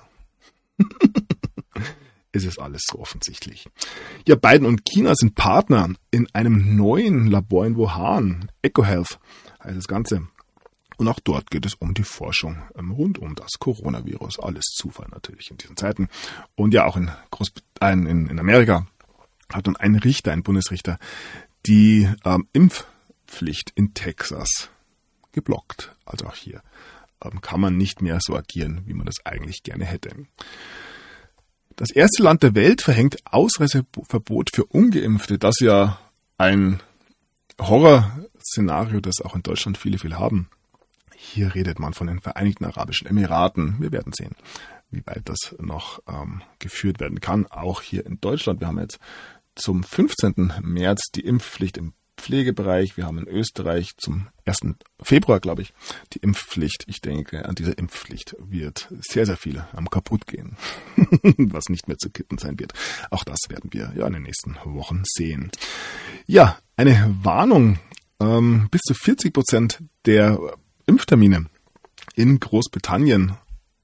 Ist es alles so offensichtlich. Ja, Biden und China sind Partner in einem neuen Labor in Wuhan. EcoHealth heißt das Ganze. Und auch dort geht es um die Forschung rund um das Coronavirus. Alles Zufall natürlich in diesen Zeiten. Und ja, auch in, Großbritannien, in Amerika hat nun ein Richter, ein Bundesrichter, die ähm, Impfpflicht in Texas geblockt. Also auch hier ähm, kann man nicht mehr so agieren, wie man das eigentlich gerne hätte. Das erste Land der Welt verhängt Ausreiseverbot für Ungeimpfte, das ja ein Horror Szenario, das auch in Deutschland viele, viele haben. Hier redet man von den Vereinigten Arabischen Emiraten. Wir werden sehen, wie weit das noch ähm, geführt werden kann. Auch hier in Deutschland. Wir haben jetzt zum fünfzehnten März die Impfpflicht im Pflegebereich. Wir haben in Österreich zum ersten Februar, glaube ich, die Impfpflicht. Ich denke, an dieser Impfpflicht wird sehr, sehr viel am kaputt gehen, was nicht mehr zu kitten sein wird. Auch das werden wir ja in den nächsten Wochen sehen. Ja, eine Warnung. Ähm, bis zu vierzig Prozent der Impftermine in Großbritannien.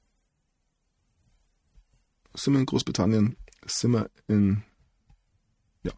Sind wir in Großbritannien? Sind wir in... Ja...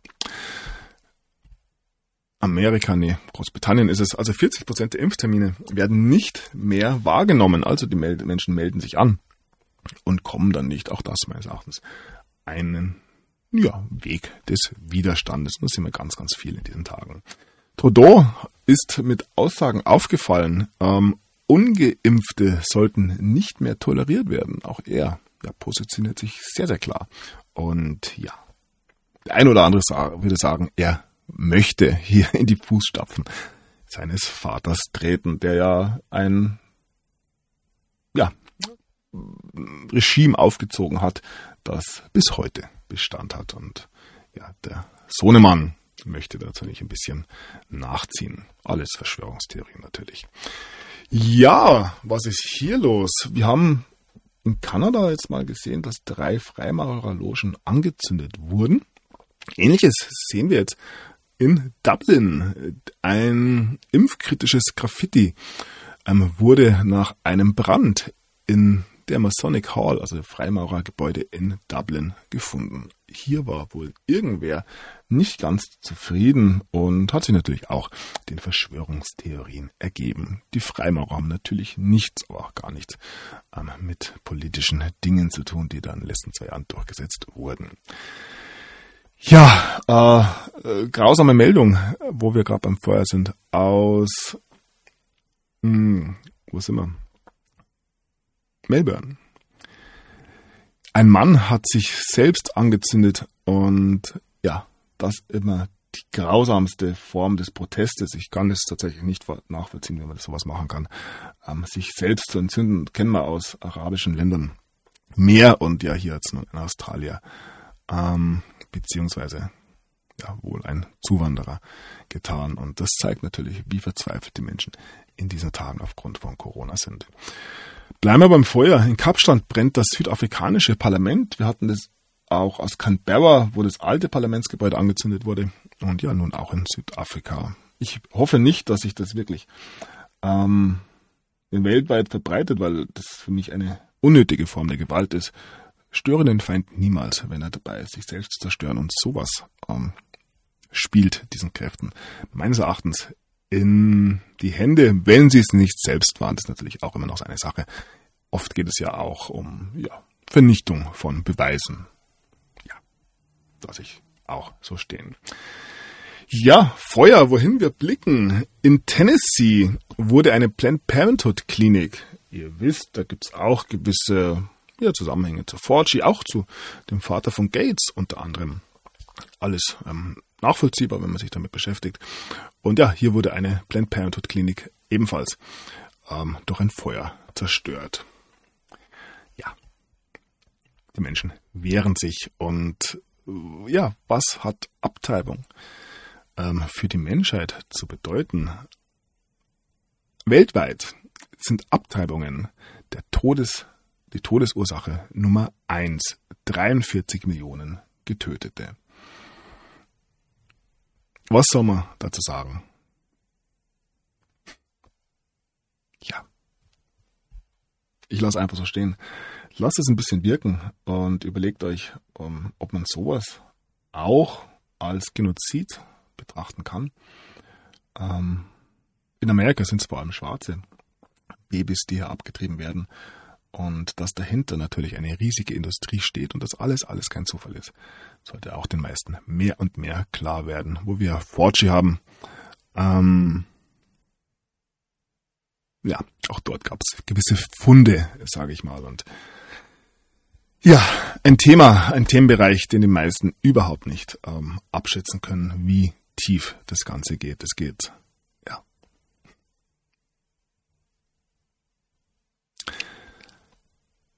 Amerika, nee, Großbritannien ist es. Also vierzig Prozent der Impftermine werden nicht mehr wahrgenommen. Also die Meld- Menschen melden sich an und kommen dann nicht. Auch das meines Erachtens einen ja, Weg des Widerstandes. Das sehen wir ganz, ganz viel in diesen Tagen. Trudeau ist mit Aussagen aufgefallen, ähm, Ungeimpfte sollten nicht mehr toleriert werden. Auch er ja, positioniert sich sehr, sehr klar. Und ja, der ein oder andere sa- würde sagen, er möchte hier in die Fußstapfen seines Vaters treten, der ja ein ja, Regime aufgezogen hat, das bis heute Bestand hat. Und ja, der Sohnemann möchte dazu nicht ein bisschen nachziehen. Alles Verschwörungstheorien natürlich. Ja, was ist hier los? Wir haben in Kanada jetzt mal gesehen, dass drei Freimaurerlogen angezündet wurden. Ähnliches sehen wir jetzt in Dublin. Ein impfkritisches Graffiti ähm, wurde nach einem Brand in der Masonic Hall, also der Freimaurergebäude in Dublin, gefunden. Hier war wohl irgendwer nicht ganz zufrieden und hat sich natürlich auch den Verschwörungstheorien ergeben. Die Freimaurer haben natürlich nichts, aber auch gar nichts ähm, mit politischen Dingen zu tun, die dann in den letzten zwei Jahren durchgesetzt wurden. Ja, äh, äh, grausame Meldung, wo wir gerade beim Feuer sind, aus, mh, wo sind wir? Melbourne. Ein Mann hat sich selbst angezündet und ja, das immer die grausamste Form des Protestes. Ich kann es tatsächlich nicht nachvollziehen, wie man das sowas machen kann. Ähm, sich selbst zu entzünden, kennen wir aus arabischen Ländern mehr und ja, hier jetzt in Australien. Ähm, beziehungsweise ja wohl ein Zuwanderer getan. Und das zeigt natürlich, wie verzweifelt die Menschen in diesen Tagen aufgrund von Corona sind. Bleiben wir beim Feuer. In Kapstadt brennt das südafrikanische Parlament. Wir hatten das auch aus Canberra, wo das alte Parlamentsgebäude angezündet wurde. Und ja, nun auch in Südafrika. Ich hoffe nicht, dass sich das wirklich ähm, weltweit verbreitet, weil das für mich eine unnötige Form der Gewalt ist. Störe den Feind niemals, wenn er dabei ist, sich selbst zu zerstören. Und sowas ähm, spielt diesen Kräften meines Erachtens in die Hände, wenn sie es nicht selbst waren. Das ist natürlich auch immer noch so eine Sache. Oft geht es ja auch um ja, Vernichtung von Beweisen. Ja, lasse ich auch so stehen. Ja, Feuer, wohin wir blicken. In Tennessee wurde eine Planned Parenthood Klinik. Ihr wisst, da gibt es auch gewisse ja, Zusammenhänge zu Fauci, auch zu dem Vater von Gates unter anderem. Alles ähm, nachvollziehbar, wenn man sich damit beschäftigt. Und ja, hier wurde eine Planned Parenthood Klinik ebenfalls ähm, durch ein Feuer zerstört. Ja, die Menschen wehren sich. Und äh, ja, was hat Abtreibung ähm, für die Menschheit zu bedeuten? Weltweit sind Abtreibungen der Todes die Todesursache Nummer eins. dreiundvierzig Millionen Getötete. Was soll man dazu sagen? Ja. Ich lasse einfach so stehen. Lasst es ein bisschen wirken und überlegt euch, ob man sowas auch als Genozid betrachten kann. In Amerika sind es vor allem schwarze Babys, die hier abgetrieben werden. Und dass dahinter natürlich eine riesige Industrie steht und dass alles, alles kein Zufall ist, sollte auch den meisten mehr und mehr klar werden. Wo wir Fauci haben, ähm, ja, auch dort gab es gewisse Funde, sage ich mal. Und ja, ein Thema, ein Themenbereich, den die meisten überhaupt nicht ähm, abschätzen können, wie tief das Ganze geht. Es geht ja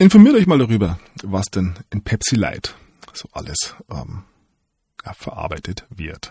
informiert euch mal darüber, was denn in Pepsi Light so alles ähm, ja, verarbeitet wird.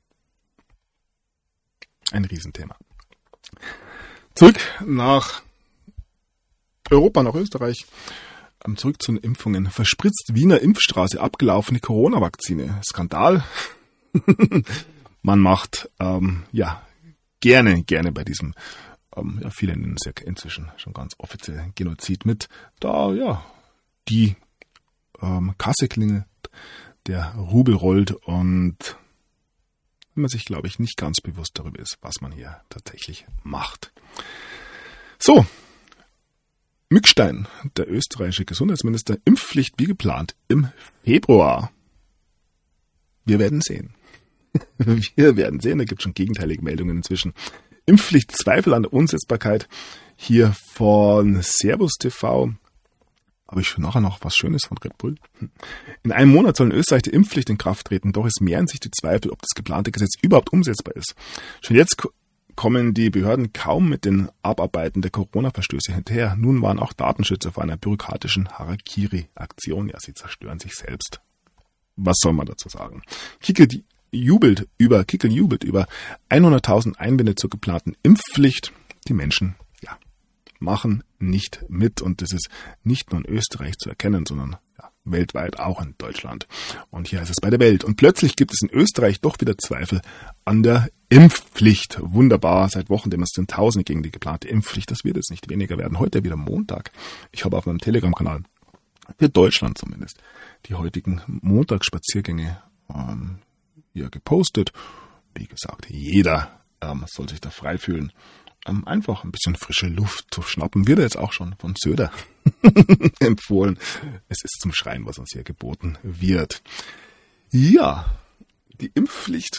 Ein Riesenthema. Zurück nach Europa, nach Österreich. Zurück zu den Impfungen. Verspritzt Wiener Impfstraße abgelaufene Corona-Vakzine. Skandal. Man macht ähm, ja gerne, gerne bei diesem, ähm, ja, viele nennen es ja inzwischen schon ganz offiziell Genozid mit, da ja die ähm, Kasse klingelt, der Rubel rollt und man sich, glaube ich, nicht ganz bewusst darüber ist, was man hier tatsächlich macht. So, Mückstein, der österreichische Gesundheitsminister, Impfpflicht wie geplant im Februar. Wir werden sehen. Wir werden sehen, da gibt es schon gegenteilige Meldungen inzwischen. Impfpflicht, Zweifel an der Umsetzbarkeit, hier von Servus T V. Habe ich nachher noch was Schönes von Red Bull? In einem Monat soll in Österreich die Impfpflicht in Kraft treten, doch es mehren sich die Zweifel, ob das geplante Gesetz überhaupt umsetzbar ist. Schon jetzt kommen die Behörden kaum mit den Abarbeiten der Corona-Verstöße hinterher. Nun waren auch Datenschützer vor einer bürokratischen Harakiri-Aktion. Ja, sie zerstören sich selbst. Was soll man dazu sagen? Kickel jubelt über, Kickel jubelt über hunderttausend Einwände zur geplanten Impfpflicht. Die Menschen, ja, machen nicht mit. Und das ist nicht nur in Österreich zu erkennen, sondern ja, weltweit, auch in Deutschland. Und hier heißt es bei der Welt. Und plötzlich gibt es in Österreich doch wieder Zweifel an der Impfpflicht. Wunderbar. Seit Wochen demonstrieren Tausende gegen die geplante Impfpflicht. Das wird jetzt nicht weniger werden. Heute wieder Montag. Ich habe auf meinem Telegram-Kanal, für Deutschland zumindest, die heutigen Montagsspaziergänge ähm, hier gepostet. Wie gesagt, jeder ähm, soll sich da frei fühlen. Ähm, einfach ein bisschen frische Luft zu schnappen. Wird jetzt auch schon von Söder empfohlen. Es ist zum Schreien, was uns hier geboten wird. Ja, die Impfpflicht.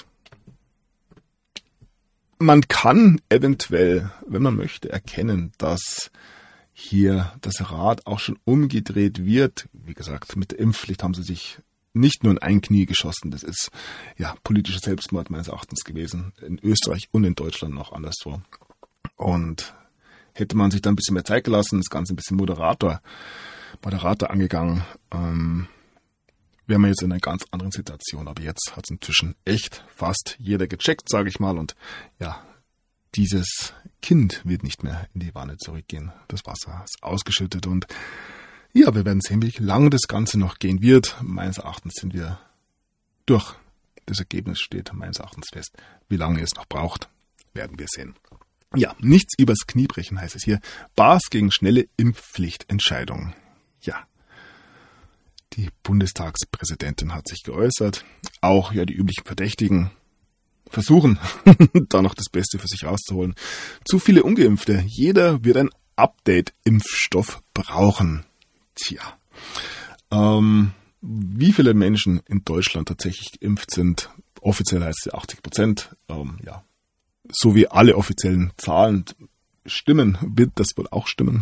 Man kann eventuell, wenn man möchte, erkennen, dass hier das Rad auch schon umgedreht wird. Wie gesagt, mit der Impfpflicht haben sie sich nicht nur in ein Knie geschossen. Das ist ja politischer Selbstmord meines Erachtens gewesen. In Österreich und in Deutschland noch anderswo. Und hätte man sich dann ein bisschen mehr Zeit gelassen, das Ganze ein bisschen moderator, moderator angegangen, ähm, wären wir jetzt in einer ganz anderen Situation. Aber jetzt hat es inzwischen echt fast jeder gecheckt, sage ich mal. Und ja, dieses Kind wird nicht mehr in die Wanne zurückgehen. Das Wasser ist ausgeschüttet. Und ja, wir werden sehen, wie lange das Ganze noch gehen wird. Meines Erachtens sind wir durch. Das Ergebnis steht meines Erachtens fest. Wie lange es noch braucht, werden wir sehen. Ja, nichts übers Knie brechen heißt es hier. Bars gegen schnelle Impfpflichtentscheidung. Ja, die Bundestagspräsidentin hat sich geäußert. Auch ja die üblichen Verdächtigen versuchen, da noch das Beste für sich rauszuholen. Zu viele Ungeimpfte. Jeder wird ein Update-Impfstoff brauchen. Tja, ähm, wie viele Menschen in Deutschland tatsächlich geimpft sind? Offiziell heißt es achtzig Prozent. Ähm, ja, so wie alle offiziellen Zahlen stimmen, wird das wohl auch stimmen.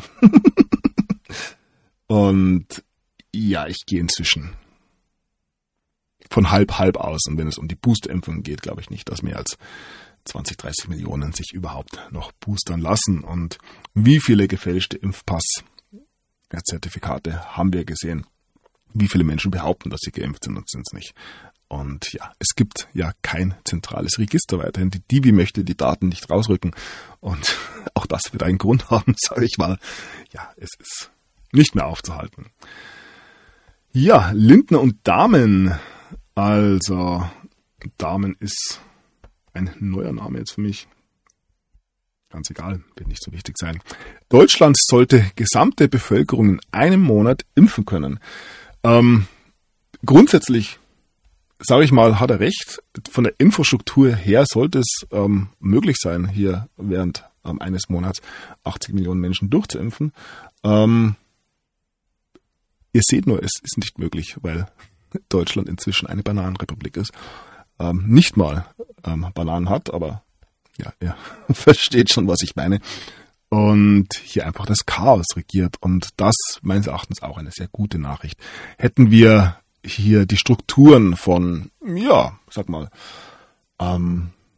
Und ja, ich gehe inzwischen von halb, halb aus. Und wenn es um die Boosterimpfung geht, glaube ich nicht, dass mehr als zwanzig, dreißig Millionen sich überhaupt noch boostern lassen. Und wie viele gefälschte Impfpass-Zertifikate haben wir gesehen? Wie viele Menschen behaupten, dass sie geimpft sind und sind es nicht? Und ja, es gibt ja kein zentrales Register weiterhin. Die D I B I möchte die Daten nicht rausrücken. Und auch das wird einen Grund haben, sage ich mal. Ja, es ist nicht mehr aufzuhalten. Ja, Lindner und Dahmen. Also, Dahmen ist ein neuer Name jetzt für mich. Ganz egal, wird nicht so wichtig sein. Deutschland sollte gesamte Bevölkerung in einem Monat impfen können. Ähm, grundsätzlich, sage ich mal, hat er recht. Von der Infrastruktur her sollte es ähm, möglich sein, hier während ähm, eines Monats achtzig Millionen Menschen durchzuimpfen. Ähm, ihr seht nur, es ist nicht möglich, weil Deutschland inzwischen eine Bananenrepublik ist. Ähm, nicht mal ähm, Bananen hat, aber ja, ihr versteht schon, was ich meine. Und hier einfach das Chaos regiert. Und das meines Erachtens auch eine sehr gute Nachricht. Hätten wir hier die Strukturen von, ja, sag mal, ähm,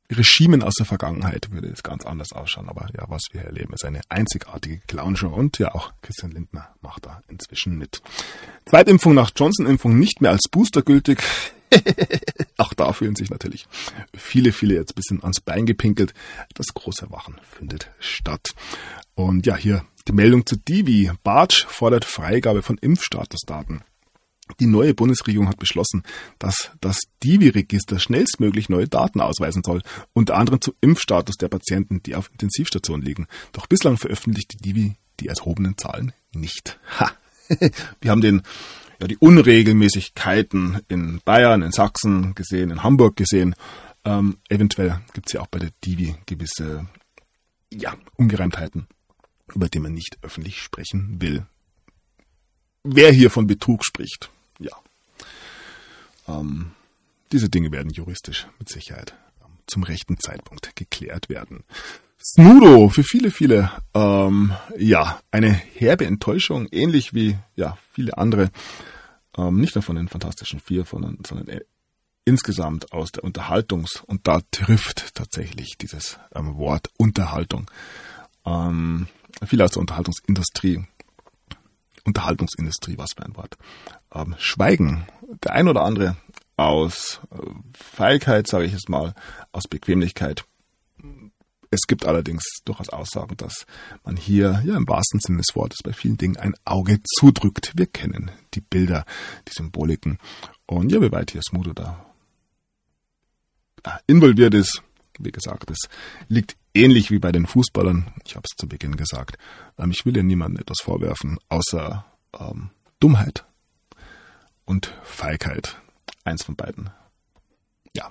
Regimen aus der Vergangenheit würde es ganz anders ausschauen. Aber ja, was wir hier erleben, ist eine einzigartige Clownshow. Und ja, auch Christian Lindner macht da inzwischen mit. Zweitimpfung nach Johnson-Impfung nicht mehr als Booster gültig. Auch da fühlen sich natürlich viele, viele jetzt ein bisschen ans Bein gepinkelt. Das große Erwachen findet statt. Und ja, hier die Meldung zu Divi. Bartsch fordert Freigabe von Impfstatusdaten. Die neue Bundesregierung hat beschlossen, dass das Divi-Register schnellstmöglich neue Daten ausweisen soll, unter anderem zum Impfstatus der Patienten, die auf Intensivstationen liegen. Doch bislang veröffentlicht die Divi die erhobenen Zahlen nicht. Ha! Wir haben den, ja, die Unregelmäßigkeiten in Bayern, in Sachsen gesehen, in Hamburg gesehen. Ähm, eventuell gibt es ja auch bei der Divi gewisse, ja, Ungereimtheiten, über die man nicht öffentlich sprechen will. Wer hier von Betrug spricht, ja, ähm, diese Dinge werden juristisch mit Sicherheit ähm, zum rechten Zeitpunkt geklärt werden. Smudo, für viele, viele, ähm, ja, eine herbe Enttäuschung, ähnlich wie, ja, viele andere, ähm, nicht nur von den Fantastischen Vier, sondern, sondern äh, insgesamt aus der Unterhaltungs- und da trifft tatsächlich dieses ähm, Wort Unterhaltung, ähm, viele aus der Unterhaltungsindustrie, Unterhaltungsindustrie, was für ein Wort. Ähm, Schweigen. Der ein oder andere aus äh, Feigheit, sage ich es mal, aus Bequemlichkeit. Es gibt allerdings durchaus Aussagen, dass man hier, ja, im wahrsten Sinne des Wortes bei vielen Dingen ein Auge zudrückt. Wir kennen die Bilder, die Symboliken. Und ja, wie weit hier Smudo da involviert ist, wie gesagt, es liegt ähnlich wie bei den Fußballern. Ich habe es zu Beginn gesagt. Ähm, ich will ja niemandem etwas vorwerfen, außer ähm, Dummheit und Feigheit. Eins von beiden. Ja.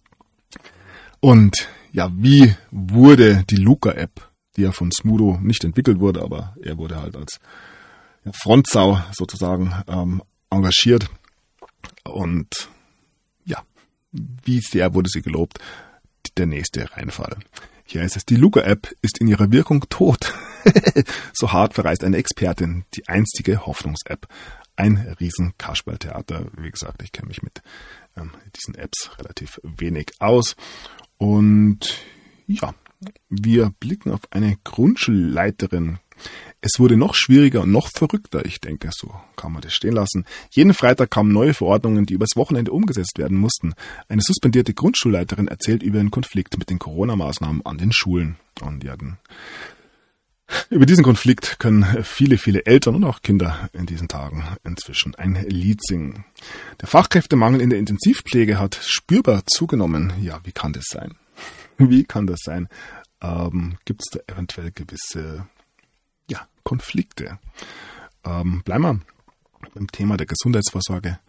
Und ja, wie wurde die Luca-App, die ja von Smudo nicht entwickelt wurde, aber er wurde halt als Frontsau sozusagen ähm, engagiert. Und ja, wie sehr wurde sie gelobt? Der nächste Reinfall. Hier heißt es, die Luca-App ist in ihrer Wirkung tot. So hart verreist eine Expertin, die einstige Hoffnungs-App. Ein riesen Kasperltheater. Wie gesagt, ich kenne mich mit ähm, diesen Apps relativ wenig aus. Und ja, wir blicken auf eine Grundschulleiterin. Es wurde noch schwieriger und noch verrückter, ich denke, so kann man das stehen lassen. Jeden Freitag kamen neue Verordnungen, die übers Wochenende umgesetzt werden mussten. Eine suspendierte Grundschulleiterin erzählt über den Konflikt mit den Corona-Maßnahmen an den Schulen. Und ja, den, über diesen Konflikt können viele, viele Eltern und auch Kinder in diesen Tagen inzwischen ein Lied singen. Der Fachkräftemangel in der Intensivpflege hat spürbar zugenommen. Ja, wie kann das sein? Wie kann das sein? Ähm, gibt es da eventuell gewisse Ja, Konflikte. Ähm, bleiben wir beim Thema der Gesundheitsvorsorge.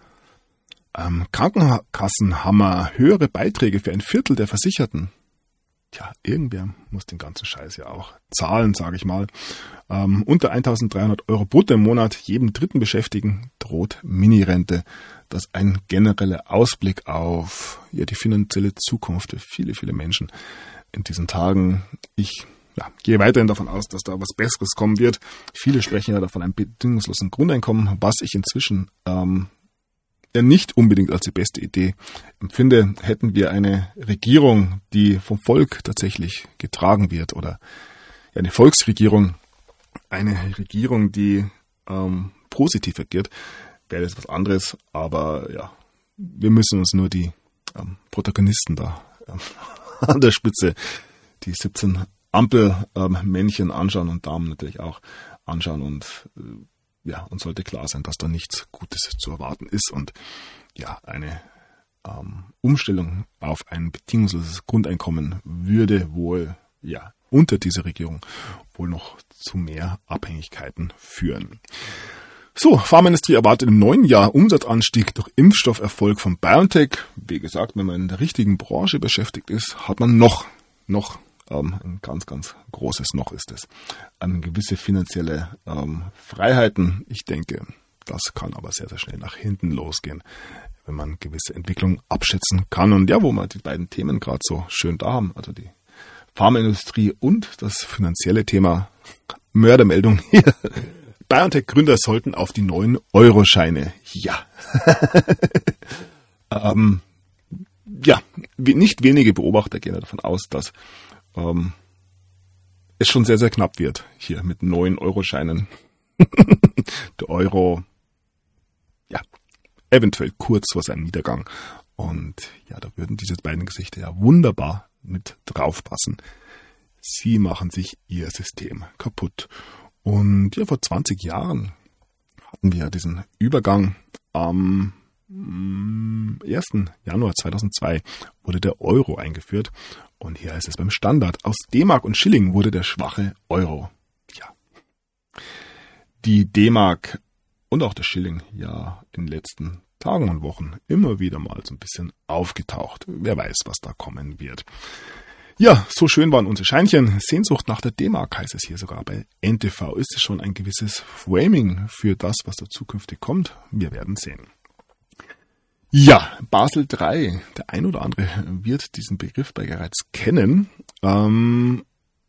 Ähm, Krankenkassen haben wir höhere Beiträge für ein Viertel der Versicherten. Tja, irgendwer muss den ganzen Scheiß ja auch zahlen, sage ich mal. Ähm, unter eintausenddreihundert Euro brutto im Monat, jedem dritten Beschäftigten droht Minirente. Das ist ein genereller Ausblick auf ja, die finanzielle Zukunft für viele, viele Menschen in diesen Tagen. Ich Ja, gehe weiterhin davon aus, dass da was Besseres kommen wird. Viele sprechen ja davon einem bedingungslosen Grundeinkommen, was ich inzwischen ähm, ja nicht unbedingt als die beste Idee empfinde. Hätten wir eine Regierung, die vom Volk tatsächlich getragen wird, oder ja, eine Volksregierung, eine Regierung, die ähm, positiv agiert, wäre das was anderes. Aber ja, wir müssen uns nur die ähm, Protagonisten da ähm, an der Spitze, die siebzehn Ampelmännchen ähm, anschauen und Damen natürlich auch anschauen und äh, ja, uns sollte klar sein, dass da nichts Gutes zu erwarten ist und ja, eine ähm, Umstellung auf ein bedingungsloses Grundeinkommen würde wohl ja unter dieser Regierung wohl noch zu mehr Abhängigkeiten führen. So, Pharmaindustrie erwartet im neuen Jahr Umsatzanstieg durch Impfstofferfolg von BioNTech. Wie gesagt, wenn man in der richtigen Branche beschäftigt ist, hat man noch, noch ähm, ein ganz, ganz großes Noch ist es. Ähm, gewisse finanzielle ähm, Freiheiten. Ich denke, das kann aber sehr, sehr schnell nach hinten losgehen, wenn man gewisse Entwicklungen abschätzen kann. Und ja, wo wir die beiden Themen gerade so schön da haben, also die Pharmaindustrie und das finanzielle Thema, Mördermeldung hier. BioNTech-Gründer sollten auf die neuen Euroscheine. Ja. ähm, ja, nicht wenige Beobachter gehen davon aus, dass ähm, es schon sehr, sehr knapp wird hier mit neuen Euroscheinen. Der Euro, ja, eventuell kurz vor seinem Niedergang. Und ja, da würden diese beiden Gesichter ja wunderbar mit draufpassen. Sie machen sich ihr System kaputt. Und ja, vor zwanzig Jahren hatten wir diesen Übergang. Am ersten Januar zweitausendzwei wurde der Euro eingeführt. Und hier heißt es beim Standard: Aus D-Mark und Schilling wurde der schwache Euro. Ja. Die D-Mark und auch der Schilling ja in den letzten Tagen und Wochen immer wieder mal so ein bisschen aufgetaucht. Wer weiß, was da kommen wird. Ja, so schön waren unsere Scheinchen. Sehnsucht nach der D-Mark heißt es hier sogar. Bei N T V ist es schon ein gewisses Framing für das, was da zukünftig kommt. Wir werden sehen. Ja, Basel drei. Der ein oder andere wird diesen Begriff bereits kennen. Ähm,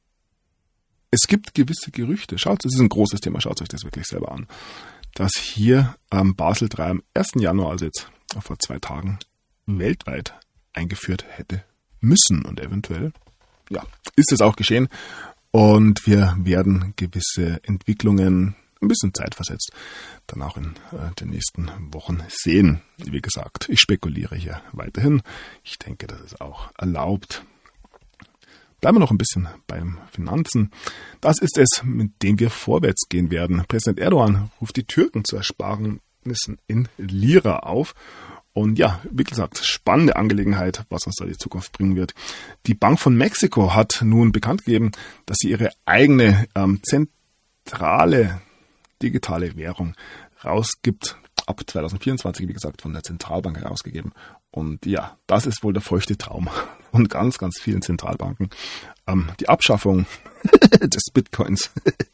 es gibt gewisse Gerüchte. Schaut, das ist ein großes Thema. Schaut euch das wirklich selber an. Dass hier ähm, Basel drei am ersten Januar, also jetzt vor zwei Tagen, weltweit eingeführt hätte müssen. Und eventuell, ja, ist es auch geschehen. Und wir werden gewisse Entwicklungen ein bisschen zeitversetzt dann auch in äh, den nächsten Wochen sehen. Wie gesagt, ich spekuliere hier weiterhin. Ich denke, das ist auch erlaubt. Bleiben wir noch ein bisschen beim Finanzen. Das ist es, mit dem wir vorwärts gehen werden. Präsident Erdogan ruft die Türken zu Ersparnissen in Lira auf. Und ja, wie gesagt, spannende Angelegenheit, was uns da die Zukunft bringen wird. Die Bank von Mexiko hat nun bekannt gegeben, dass sie ihre eigene ähm, zentrale digitale Währung rausgibt. Ab zweitausendvierundzwanzig, wie gesagt, von der Zentralbank herausgegeben. Und ja, das ist wohl der feuchte Traum von ganz, ganz vielen Zentralbanken. Ähm, die Abschaffung des Bitcoins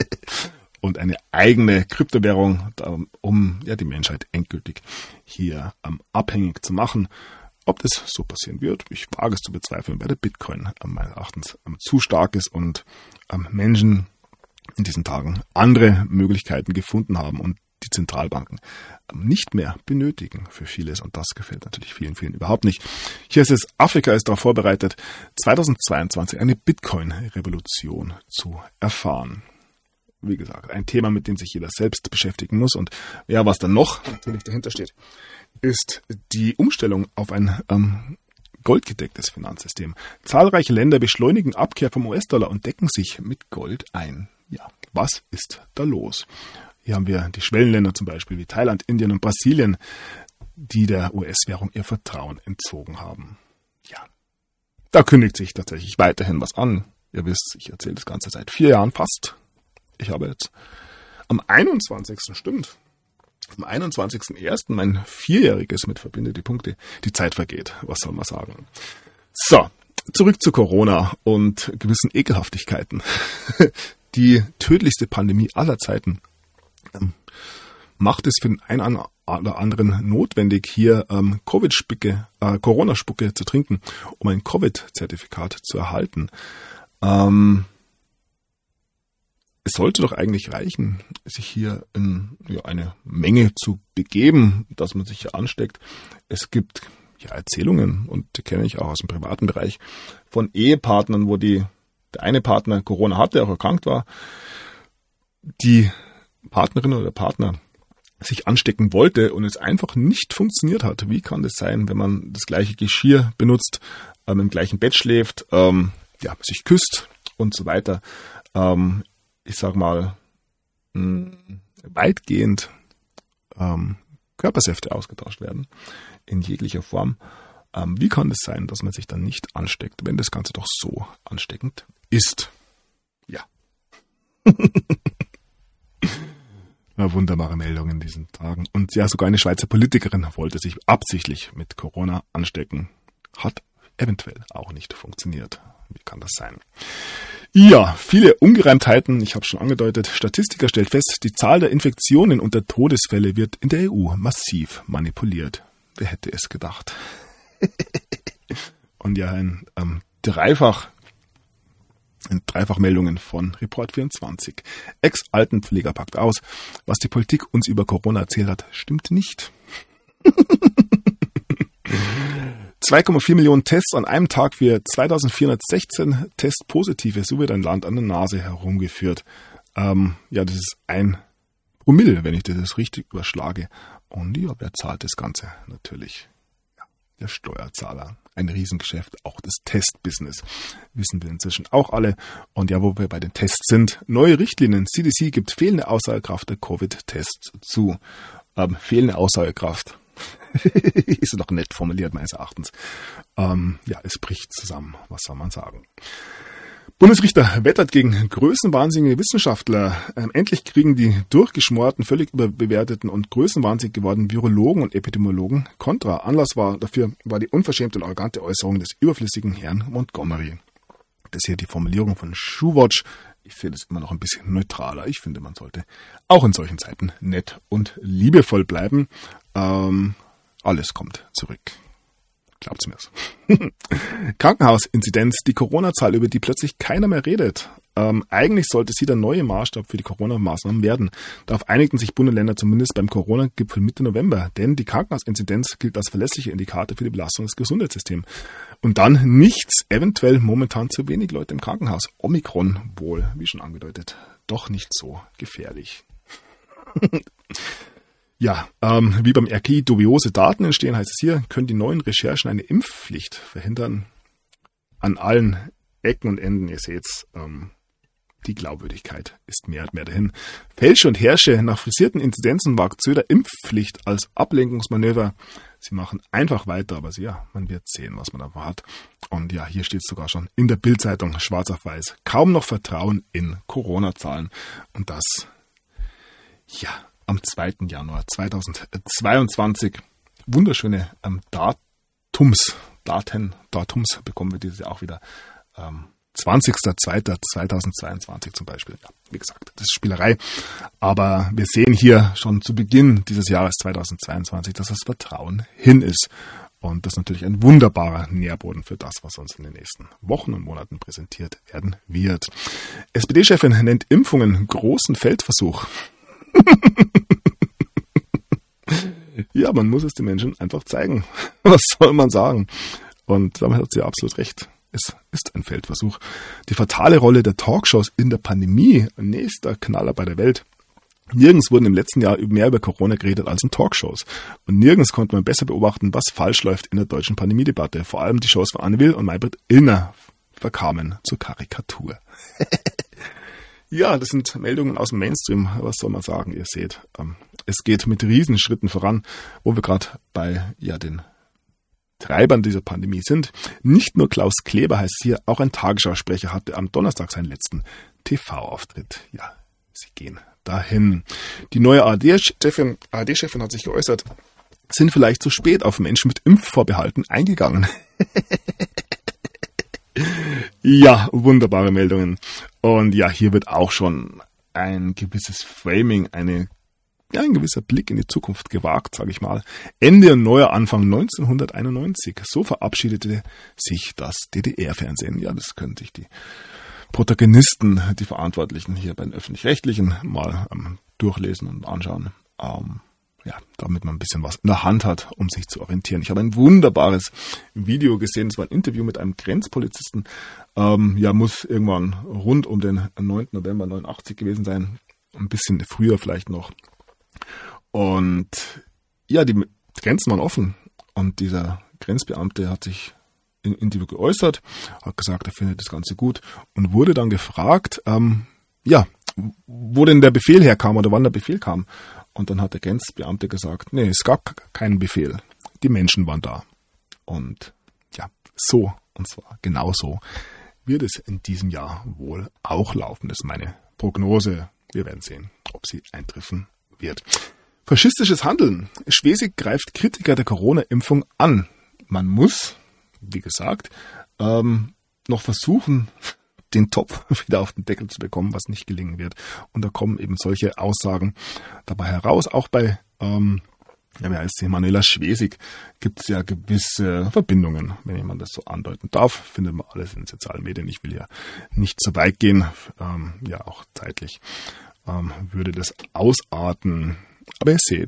und eine eigene Kryptowährung, um ja die Menschheit endgültig hier ähm, abhängig zu machen. Ob das so passieren wird, ich wage es zu bezweifeln, weil der Bitcoin ähm, meines Erachtens ähm, zu stark ist und ähm, Menschen in diesen Tagen andere Möglichkeiten gefunden haben und die Zentralbanken nicht mehr benötigen für vieles. Und das gefällt natürlich vielen, vielen überhaupt nicht. Hier ist es, Afrika ist darauf vorbereitet, zweitausendzweiundzwanzig eine Bitcoin-Revolution zu erfahren. Wie gesagt, ein Thema, mit dem sich jeder selbst beschäftigen muss. Und ja, was dann noch natürlich dahinter steht, ist die Umstellung auf ein ähm, goldgedecktes Finanzsystem. Zahlreiche Länder beschleunigen Abkehr vom U S-Dollar und decken sich mit Gold ein. Ja, was ist da los? Hier haben wir die Schwellenländer zum Beispiel wie Thailand, Indien und Brasilien, die der U S-Währung ihr Vertrauen entzogen haben. Ja, da kündigt sich tatsächlich weiterhin was an. Ihr wisst, ich erzähle das Ganze seit vier Jahren fast. Ich habe jetzt am einundzwanzigsten stimmt, am einundzwanzigsten ersten mein Vierjähriges mit Verbinde die Punkte. Die Zeit vergeht, was soll man sagen. So, zurück zu Corona und gewissen Ekelhaftigkeiten. Die tödlichste Pandemie aller Zeiten ähm, macht es für den einen oder anderen notwendig, hier ähm, Covid-Spucke, äh, Corona-Spucke zu trinken, um ein Covid-Zertifikat zu erhalten. Ähm, es sollte doch eigentlich reichen, sich hier in ja, eine Menge zu begeben, dass man sich hier ansteckt. Es gibt ja Erzählungen, und die kenne ich auch aus dem privaten Bereich, von Ehepartnern, wo die der eine Partner Corona hatte, auch erkrankt war, die Partnerin oder der Partner sich anstecken wollte und es einfach nicht funktioniert hat. Wie kann das sein, wenn man das gleiche Geschirr benutzt, ähm, im gleichen Bett schläft, ähm, ja, sich küsst und so weiter? Ähm, ich sag mal, mh, weitgehend ähm, Körpersäfte ausgetauscht werden in jeglicher Form. Ähm, wie kann es das sein, dass man sich dann nicht ansteckt, wenn das Ganze doch so ansteckend ist? Ja. Ja, wunderbare Meldung in diesen Tagen. Und ja, sogar eine Schweizer Politikerin wollte sich absichtlich mit Corona anstecken. Hat eventuell auch nicht funktioniert. Wie kann das sein? Ja, viele Ungereimtheiten. Ich habe es schon angedeutet. Statistiker stellt fest, die Zahl der Infektionen und der Todesfälle wird in der E U massiv manipuliert. Wer hätte es gedacht? Und ja, ein ähm, Dreifach Dreifachmeldungen von Report vierundzwanzig. Ex-Altenpfleger packt aus, was die Politik uns über Corona erzählt hat, stimmt nicht. zwei Komma vier Millionen Tests an einem Tag für zweitausendvierhundertsechzehn Testpositive. So wird ein Land an der Nase herumgeführt. Ähm, ja, das ist ein Promille, wenn ich das richtig überschlage. Und ja, wer zahlt das Ganze? Natürlich ja, der Steuerzahler. Ein Riesengeschäft, auch das Testbusiness. Wissen wir inzwischen auch alle. Und ja, wo wir bei den Tests sind, neue Richtlinien. C D C gibt fehlende Aussagekraft der Covid-Tests zu. Ähm, fehlende Aussagekraft. Ist noch nett formuliert, meines Erachtens. Ähm, ja, es bricht zusammen. Was soll man sagen? Bundesrichter wettert gegen größenwahnsinnige Wissenschaftler. Ähm, endlich kriegen die durchgeschmorten, völlig überbewerteten und größenwahnsinnig gewordenen Virologen und Epidemiologen Kontra. Anlass war dafür war die unverschämte und arrogante Äußerung des überflüssigen Herrn Montgomery. Das hier die Formulierung von Shoe-Watch. Ich sehe das immer noch ein bisschen neutraler. Ich finde, man sollte auch in solchen Zeiten nett und liebevoll bleiben. Ähm, alles kommt zurück. Glaubt's mir's. Krankenhausinzidenz, die Corona-Zahl, über die plötzlich keiner mehr redet. Ähm, eigentlich sollte sie der neue Maßstab für die Corona-Maßnahmen werden. Darauf einigten sich Bund und Länder zumindest beim Corona-Gipfel Mitte November. Denn die Krankenhausinzidenz gilt als verlässlicher Indikator für die Belastung des Gesundheitssystems. Und dann nichts, eventuell momentan zu wenig Leute im Krankenhaus. Omikron wohl, wie schon angedeutet, doch nicht so gefährlich. Ja, ähm, wie beim R K I dubiose Daten entstehen, heißt es hier, können die neuen Recherchen eine Impfpflicht verhindern. An allen Ecken und Enden, ihr seht's, ähm, die Glaubwürdigkeit ist mehr und mehr dahin. Fälsche und Herrsche nach frisierten Inzidenzen wagt Söder Impfpflicht als Ablenkungsmanöver. Sie machen einfach weiter, aber ja, man wird sehen, was man erwartet. Und ja, hier steht es sogar schon in der Bild-Zeitung, schwarz auf weiß. Kaum noch Vertrauen in Corona-Zahlen. Und das, ja, am zweiten Januar zweitausendzweiundzwanzig. Wunderschöne ähm, Datums, Daten, Datums bekommen wir dieses Jahr auch wieder. Ähm, zwanzigster zweiter zweitausendzweiundzwanzig zum Beispiel. Ja, wie gesagt, das ist Spielerei. Aber wir sehen hier schon zu Beginn dieses Jahres zweitausendzweiundzwanzig, dass das Vertrauen hin ist. Und das ist natürlich ein wunderbarer Nährboden für das, was uns in den nächsten Wochen und Monaten präsentiert werden wird. S P D-Chefin nennt Impfungen großen Feldversuch. Ja, man muss es den Menschen einfach zeigen. Was soll man sagen? Und damit hat sie absolut recht. Es ist ein Feldversuch. Die fatale Rolle der Talkshows in der Pandemie, nächster Knaller bei der Welt. Nirgends wurden im letzten Jahr mehr über Corona geredet als in Talkshows. Und nirgends konnte man besser beobachten, was falsch läuft in der deutschen Pandemiedebatte. Vor allem die Shows von Anne Will und Maybrit Illner verkamen zur Karikatur. Ja, das sind Meldungen aus dem Mainstream. Was soll man sagen? Ihr seht, ähm, es geht mit Riesenschritten voran, wo wir gerade bei ja den Treibern dieser Pandemie sind. Nicht nur Klaus Kleber heißt es hier, auch ein Tagesschausprecher hatte am Donnerstag seinen letzten T V-Auftritt. Ja, sie gehen dahin. Die neue A R D-Chefin, A R D-Chefin hat sich geäußert, sind vielleicht zu spät auf Menschen mit Impfvorbehalten eingegangen. Ja, wunderbare Meldungen. Und ja, hier wird auch schon ein gewisses Framing, eine, ja, ein gewisser Blick in die Zukunft gewagt, sage ich mal. Ende und neuer Anfang neunzehnhunderteinundneunzig. So verabschiedete sich das D D R-Fernsehen. Ja, das können sich die Protagonisten, die Verantwortlichen hier bei den Öffentlich-Rechtlichen mal ähm, durchlesen und anschauen. Ähm, ja, damit man ein bisschen was in der Hand hat, um sich zu orientieren. Ich habe ein wunderbares Video gesehen, es war ein Interview mit einem Grenzpolizisten. Ähm, ja, muss irgendwann rund um den neunten November neunundachtzig gewesen sein. Ein bisschen früher vielleicht noch. Und ja, die Grenzen waren offen. Und dieser Grenzbeamte hat sich im Interview geäußert, hat gesagt, er findet das Ganze gut und wurde dann gefragt, ähm, ja, wo denn der Befehl herkam oder wann der Befehl kam. Und dann hat der Grenzbeamte gesagt, nee, es gab keinen Befehl. Die Menschen waren da. Und ja, so, und zwar genau so, wird es in diesem Jahr wohl auch laufen. Das ist meine Prognose. Wir werden sehen, ob sie eintreffen wird. Faschistisches Handeln. Schwesig greift Kritiker der Corona-Impfung an. Man muss, wie gesagt, ähm, noch versuchen, den Topf wieder auf den Deckel zu bekommen, was nicht gelingen wird. Und da kommen eben solche Aussagen dabei heraus. Auch bei, ähm, ja, wie heißt sie, Manuela Schwesig gibt es ja gewisse Verbindungen, wenn jemand das so andeuten darf. Findet man alles in den sozialen Medien. Ich will ja nicht zu weit gehen. Ähm, ja, auch zeitlich ähm, würde das ausarten. Aber ihr seht,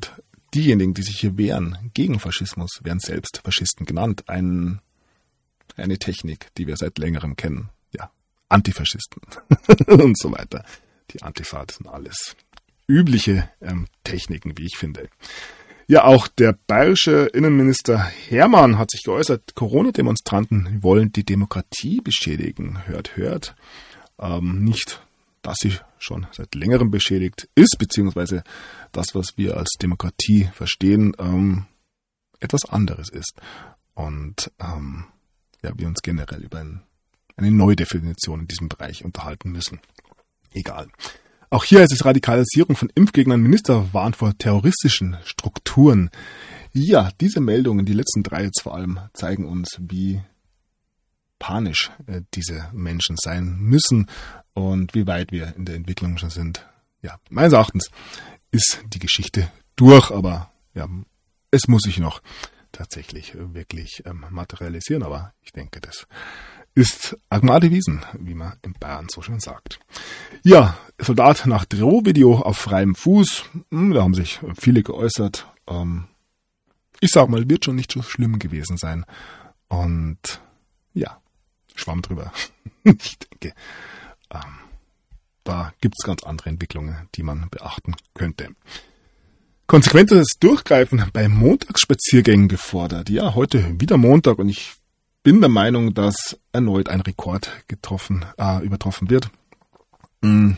diejenigen, die sich hier wehren gegen Faschismus, werden selbst Faschisten genannt. Ein, eine Technik, die wir seit längerem kennen. Ja, Antifaschisten und so weiter. Die Antifa, das sind alles übliche ähm, Techniken, wie ich finde. Ja, auch der bayerische Innenminister Hermann hat sich geäußert, Corona-Demonstranten wollen die Demokratie beschädigen. Hört, hört. Ähm, nicht, dass sie schon seit längerem beschädigt ist, beziehungsweise das, was wir als Demokratie verstehen, ähm, etwas anderes ist. Und ähm, ja, wir uns generell über ein, eine neue Definition in diesem Bereich unterhalten müssen. Egal. Auch hier heißt es Radikalisierung von Impfgegnern. Minister warnt vor terroristischen Strukturen. Ja, diese Meldungen, die letzten drei jetzt vor allem, zeigen uns, wie panisch äh, diese Menschen sein müssen und wie weit wir in der Entwicklung schon sind. Ja, meines Erachtens ist die Geschichte durch, aber ja, es muss sich noch tatsächlich wirklich ähm, materialisieren, aber ich denke, das ist Agmade Wiesen, wie man in Bayern so schön sagt. Ja, Soldat nach Drohvideo auf freiem Fuß, da haben sich viele geäußert. Ähm, ich sag mal, wird schon nicht so schlimm gewesen sein. Und ja, Schwamm drüber. Ich denke, ähm, da gibt es ganz andere Entwicklungen, die man beachten könnte. Konsequentes Durchgreifen bei Montagsspaziergängen gefordert. Ja, heute wieder Montag und ich bin der Meinung, dass erneut ein Rekord getroffen, äh, übertroffen wird. Die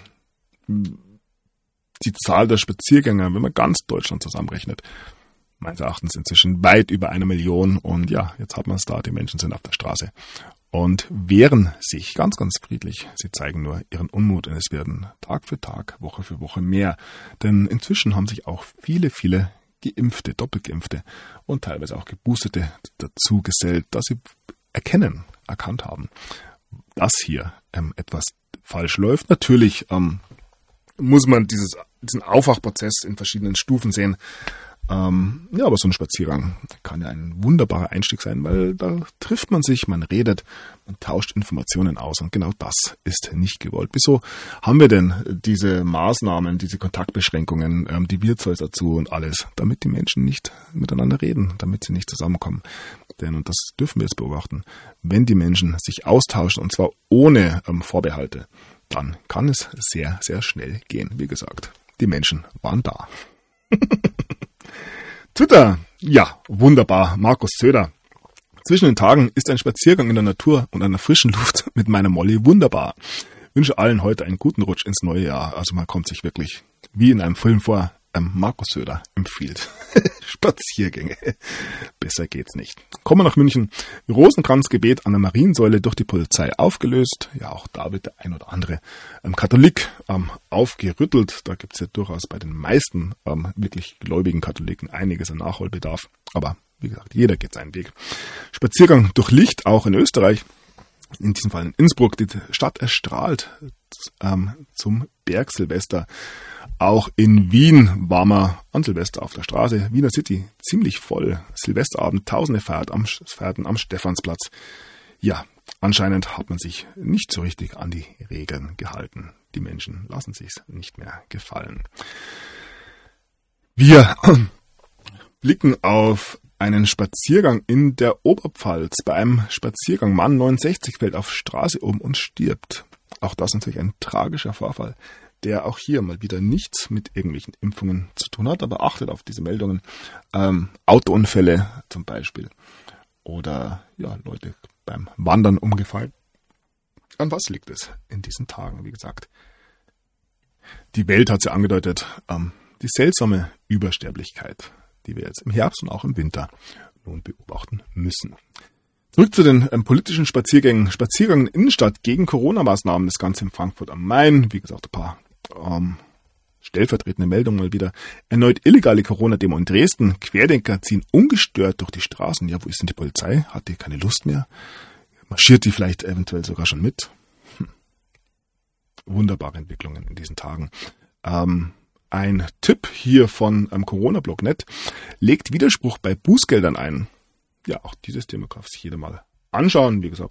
Zahl der Spaziergänger, wenn man ganz Deutschland zusammenrechnet, meines Erachtens inzwischen weit über eine Million. Und ja, jetzt hat man es da, die Menschen sind auf der Straße und wehren sich ganz, ganz friedlich. Sie zeigen nur ihren Unmut und es werden Tag für Tag, Woche für Woche mehr. Denn inzwischen haben sich auch viele, viele Geimpfte, Doppelgeimpfte und teilweise auch Geboostete dazu gesellt, dass sie erkennen, erkannt haben, dass hier ähm, etwas falsch läuft. Natürlich ähm, muss man dieses, diesen Aufwachprozess in verschiedenen Stufen sehen. Ähm, ja, aber so ein Spaziergang kann ja ein wunderbarer Einstieg sein, weil da trifft man sich, man redet, man tauscht Informationen aus und genau das ist nicht gewollt. Wieso haben wir denn diese Maßnahmen, diese Kontaktbeschränkungen, ähm, die Wirtshäuser dazu und alles, damit die Menschen nicht miteinander reden, damit sie nicht zusammenkommen. Denn, und das dürfen wir jetzt beobachten, wenn die Menschen sich austauschen und zwar ohne ähm, Vorbehalte, dann kann es sehr, sehr schnell gehen. Wie gesagt, die Menschen waren da. Twitter, ja, wunderbar, Markus Söder. Zwischen den Tagen ist ein Spaziergang in der Natur und einer frischen Luft mit meiner Molly wunderbar. Ich wünsche allen heute einen guten Rutsch ins neue Jahr. Also man kommt sich wirklich wie in einem Film vor. Ähm, Markus Söder empfiehlt Spaziergänge. Besser geht's nicht. Kommen wir nach München. Rosenkranzgebet an der Mariensäule durch die Polizei aufgelöst. Ja, auch da wird der ein oder andere ähm, Katholik ähm, aufgerüttelt. Da gibt's ja durchaus bei den meisten ähm, wirklich gläubigen Katholiken einiges an Nachholbedarf. Aber wie gesagt, jeder geht seinen Weg. Spaziergang durch Licht, auch in Österreich. In diesem Fall in Innsbruck. Die Stadt erstrahlt ähm, zum Bergsilvester. Auch in Wien war man an Silvester auf der Straße. Wiener City ziemlich voll. Silvesterabend, tausende Feiert am, feierten am Stephansplatz. Ja, anscheinend hat man sich nicht so richtig an die Regeln gehalten. Die Menschen lassen sich's nicht mehr gefallen. Wir blicken auf einen Spaziergang in der Oberpfalz. Bei einem Spaziergang Mann neunundsechzig fällt auf Straße um und stirbt. Auch das ist natürlich ein tragischer Vorfall, der auch hier mal wieder nichts mit irgendwelchen Impfungen zu tun hat, aber achtet auf diese Meldungen. Ähm, Autounfälle zum Beispiel oder ja, Leute beim Wandern umgefallen. An was liegt es in diesen Tagen, wie gesagt? Die Welt hat ja angedeutet, ähm, die seltsame Übersterblichkeit, die wir jetzt im Herbst und auch im Winter nun beobachten müssen. Zurück zu den ähm, politischen Spaziergängen. Spaziergang in der Innenstadt gegen Corona-Maßnahmen, das Ganze in Frankfurt am Main. Wie gesagt, ein paar ähm, stellvertretende Meldungen mal wieder. Erneut illegale Corona-Demo in Dresden. Querdenker ziehen ungestört durch die Straßen. Ja, wo ist denn die Polizei? Hat die keine Lust mehr? Marschiert die vielleicht eventuell sogar schon mit? Hm. Wunderbare Entwicklungen in diesen Tagen. Ähm, ein Tipp hier von ähm, Corona-Blog Punkt net. Legt Widerspruch bei Bußgeldern ein. Ja, auch dieses Thema kann sich jeder mal anschauen. Wie gesagt, ich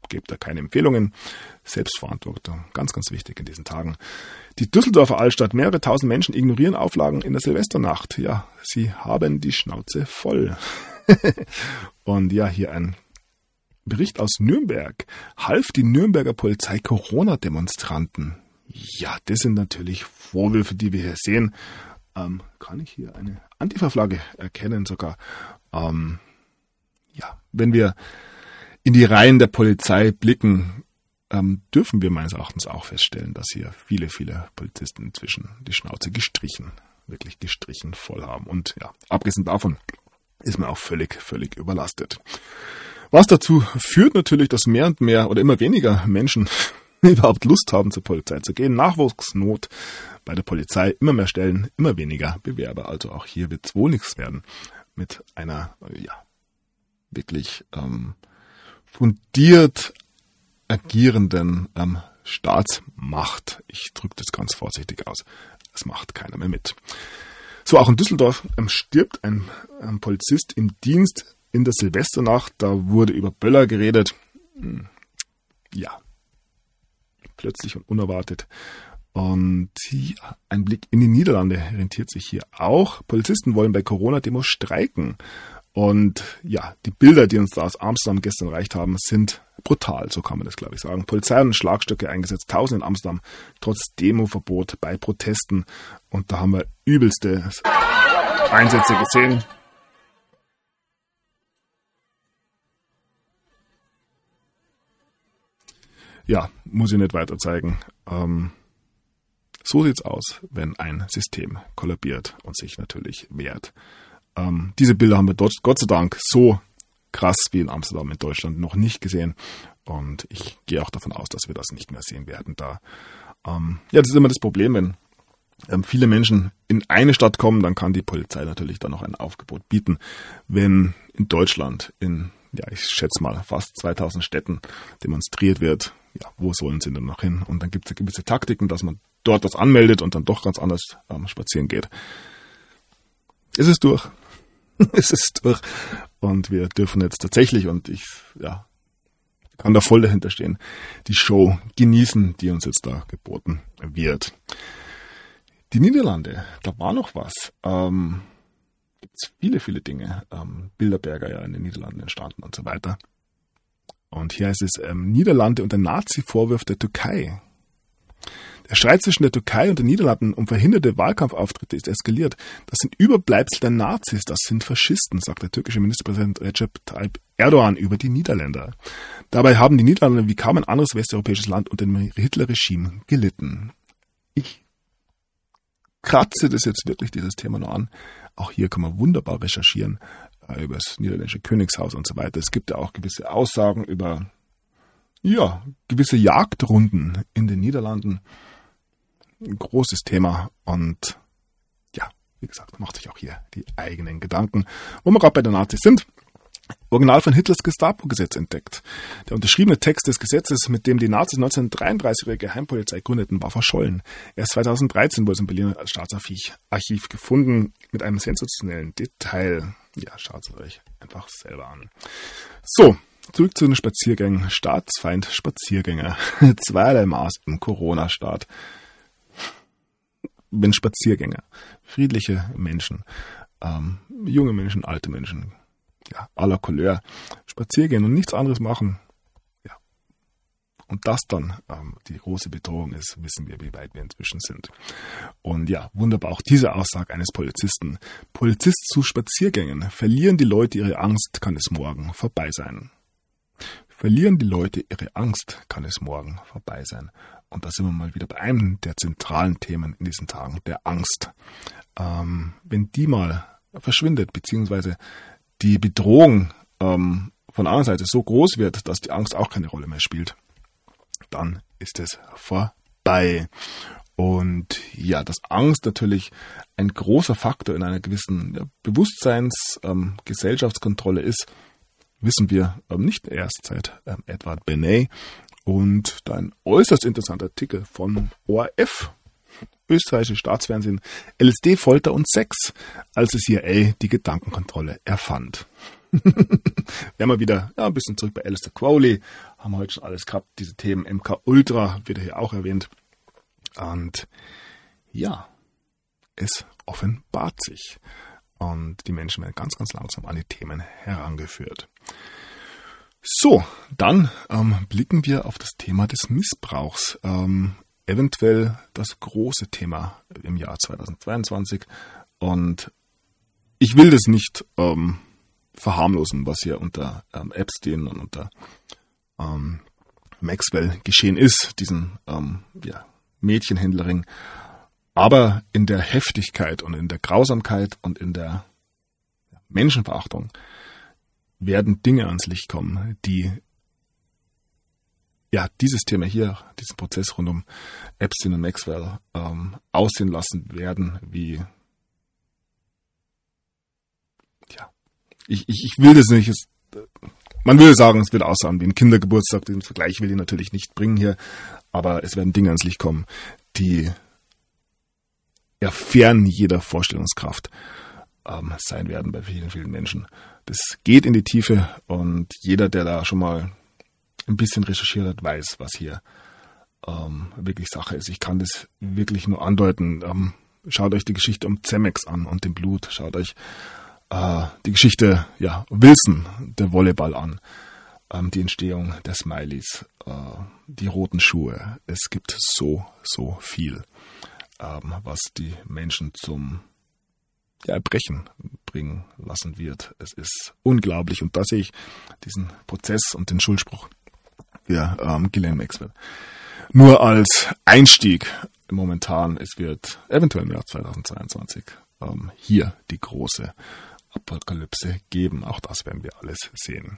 gebt da keine Empfehlungen. Selbstverantwortung, ganz, ganz wichtig in diesen Tagen. Die Düsseldorfer Altstadt, mehrere tausend Menschen ignorieren Auflagen in der Silvesternacht. Ja, sie haben die Schnauze voll. Und ja, hier ein Bericht aus Nürnberg. Half die Nürnberger Polizei Corona-Demonstranten? Ja, das sind natürlich Vorwürfe, die wir hier sehen. Ähm, kann ich hier eine Antifa-Flagge erkennen sogar? Ähm, ja, wenn wir in die Reihen der Polizei blicken, ähm, dürfen wir meines Erachtens auch feststellen, dass hier viele, viele Polizisten inzwischen die Schnauze gestrichen, wirklich gestrichen voll haben. Und ja, abgesehen davon ist man auch völlig, völlig überlastet. Was dazu führt natürlich, dass mehr und mehr oder immer weniger Menschen überhaupt Lust haben, zur Polizei zu gehen. Nachwuchsnot bei der Polizei, immer mehr Stellen, immer weniger Bewerber. Also auch hier wird es wohl nichts werden mit einer, ja, wirklich ähm, fundiert agierenden ähm, Staatsmacht. Ich drücke das ganz vorsichtig aus. Es macht keiner mehr mit. So, auch in Düsseldorf ähm, stirbt ein, ein Polizist im Dienst in der Silvesternacht. Da wurde über Böller geredet. Hm, ja, plötzlich und unerwartet. Und ja, ein Blick in die Niederlande rentiert sich hier auch. Polizisten wollen bei Corona-Demos streiken. Und ja, die Bilder, die uns da aus Amsterdam gestern erreicht haben, sind brutal, so kann man das, glaube ich, sagen. Polizei und Schlagstöcke eingesetzt, tausend in Amsterdam, trotz Demoverbot bei Protesten. Und da haben wir übelste Einsätze gesehen. Ja, muss ich nicht weiter zeigen. Ähm, so sieht's aus, wenn ein System kollabiert und sich natürlich wehrt. Ähm, diese Bilder haben wir dort, Gott sei Dank, so krass wie in Amsterdam in Deutschland noch nicht gesehen. Und ich gehe auch davon aus, dass wir das nicht mehr sehen werden. Da, ähm, ja, das ist immer das Problem, wenn ähm, viele Menschen in eine Stadt kommen, dann kann die Polizei natürlich dann noch ein Aufgebot bieten. Wenn in Deutschland in, ja, ich schätze mal, fast zweitausend Städten demonstriert wird, ja, wo sollen sie denn noch hin? Und dann gibt es gewisse Taktiken, dass man dort was anmeldet und dann doch ganz anders ähm, spazieren geht. Es ist durch. Es ist durch. Und wir dürfen jetzt tatsächlich, und ich ja, kann da voll dahinter stehen, die Show genießen, die uns jetzt da geboten wird. Die Niederlande, da war noch was. Ähm, gibt es viele, viele Dinge. Ähm, Bilderberger ja in den Niederlanden entstanden und so weiter. Und hier heißt es, ähm, Niederlande unter Nazi-Vorwurf der Türkei. Der Streit zwischen der Türkei und den Niederlanden um verhinderte Wahlkampfauftritte ist eskaliert. Das sind Überbleibsel der Nazis, das sind Faschisten, sagt der türkische Ministerpräsident Recep Tayyip Erdogan über die Niederländer. Dabei haben die Niederlande wie kaum ein anderes westeuropäisches Land unter dem Hitler-Regime gelitten. Ich kratze das jetzt wirklich, dieses Thema noch an. Auch hier kann man wunderbar recherchieren äh, über das niederländische Königshaus und so weiter. Es gibt ja auch gewisse Aussagen über, ja, gewisse Jagdrunden in den Niederlanden. Ein großes Thema und ja, wie gesagt, macht sich auch hier die eigenen Gedanken. Wo wir gerade bei den Nazis sind, Original von Hitlers Gestapo-Gesetz entdeckt. Der unterschriebene Text des Gesetzes, mit dem die Nazis neunzehnhundertdreiunddreißig ihre Geheimpolizei gründeten, war verschollen. Erst zweitausenddreizehn wurde es im Berliner Staatsarchiv gefunden mit einem sensationellen Detail. Ja, schaut es euch einfach selber an. So, zurück zu den Spaziergängen. Staatsfeind Spaziergänger. Zweierlei Maß im Corona-Staat. Wenn Spaziergänger, friedliche Menschen, ähm, junge Menschen, alte Menschen, ja, à la Couleur, spazieren gehen und nichts anderes machen, ja, und das dann ähm, die große Bedrohung ist, wissen wir, wie weit wir inzwischen sind. Und ja, wunderbar auch diese Aussage eines Polizisten. Polizist zu Spaziergängen. Verlieren die Leute ihre Angst, kann es morgen vorbei sein. Verlieren die Leute ihre Angst, kann es morgen vorbei sein. Und da sind wir mal wieder bei einem der zentralen Themen in diesen Tagen, der Angst. Ähm, wenn die mal verschwindet, beziehungsweise die Bedrohung ähm, von der anderen Seite so groß wird, dass die Angst auch keine Rolle mehr spielt, dann ist es vorbei. Und ja, dass Angst natürlich ein großer Faktor in einer gewissen ja, Bewusstseins-, ähm, Gesellschaftskontrolle ist, wissen wir ähm, nicht erst seit ähm, Edward Bernays. Und da ein äußerst interessanter Artikel von O R F, österreichische Staatsfernsehen, L S D, Folter und Sex, als das C I A die Gedankenkontrolle erfand. Wären wir wieder ja, ein bisschen zurück bei Aleister Crowley. Haben wir heute schon alles gehabt. Diese Themen M K Ultra wird hier auch erwähnt. Und ja, es offenbart sich. Und die Menschen werden ganz, ganz langsam an die Themen herangeführt. So, dann ähm, blicken wir auf das Thema des Missbrauchs. Ähm, eventuell das große Thema im Jahr zweitausendzweiundzwanzig. Und ich will das nicht ähm, verharmlosen, was hier unter ähm, Epstein und unter ähm, Maxwell geschehen ist, diesen ähm, ja, Mädchenhändlerring. Aber in der Heftigkeit und in der Grausamkeit und in der Menschenverachtung werden Dinge ans Licht kommen, die ja dieses Thema hier, diesen Prozess rund um Epstein und Maxwell ähm, aussehen lassen werden, wie ja, ich, ich, ich will das nicht, es, man würde sagen, es wird aussehen wie ein Kindergeburtstag, den Vergleich will ich natürlich nicht bringen hier, aber es werden Dinge ans Licht kommen, die ja fern jeder Vorstellungskraft ähm, sein werden bei vielen, vielen Menschen. Das geht in die Tiefe und jeder, der da schon mal ein bisschen recherchiert hat, weiß, was hier ähm, wirklich Sache ist. Ich kann das wirklich nur andeuten. Ähm, schaut euch die Geschichte um Cemex an und dem Blut. Schaut euch äh, die Geschichte ja, Wilson, der Volleyball an. Ähm, die Entstehung der Smileys, äh, die roten Schuhe. Es gibt so, so viel, ähm, was die Menschen zum ja, Erbrechen bringen lassen wird. Es ist unglaublich und da sehe ich diesen Prozess und den Schuldspruch für ähm, Ghislaine Maxwell nur als Einstieg momentan. Es wird eventuell im Jahr zweitausendzweiundzwanzig ähm, hier die große Apokalypse geben. Auch das werden wir alles sehen.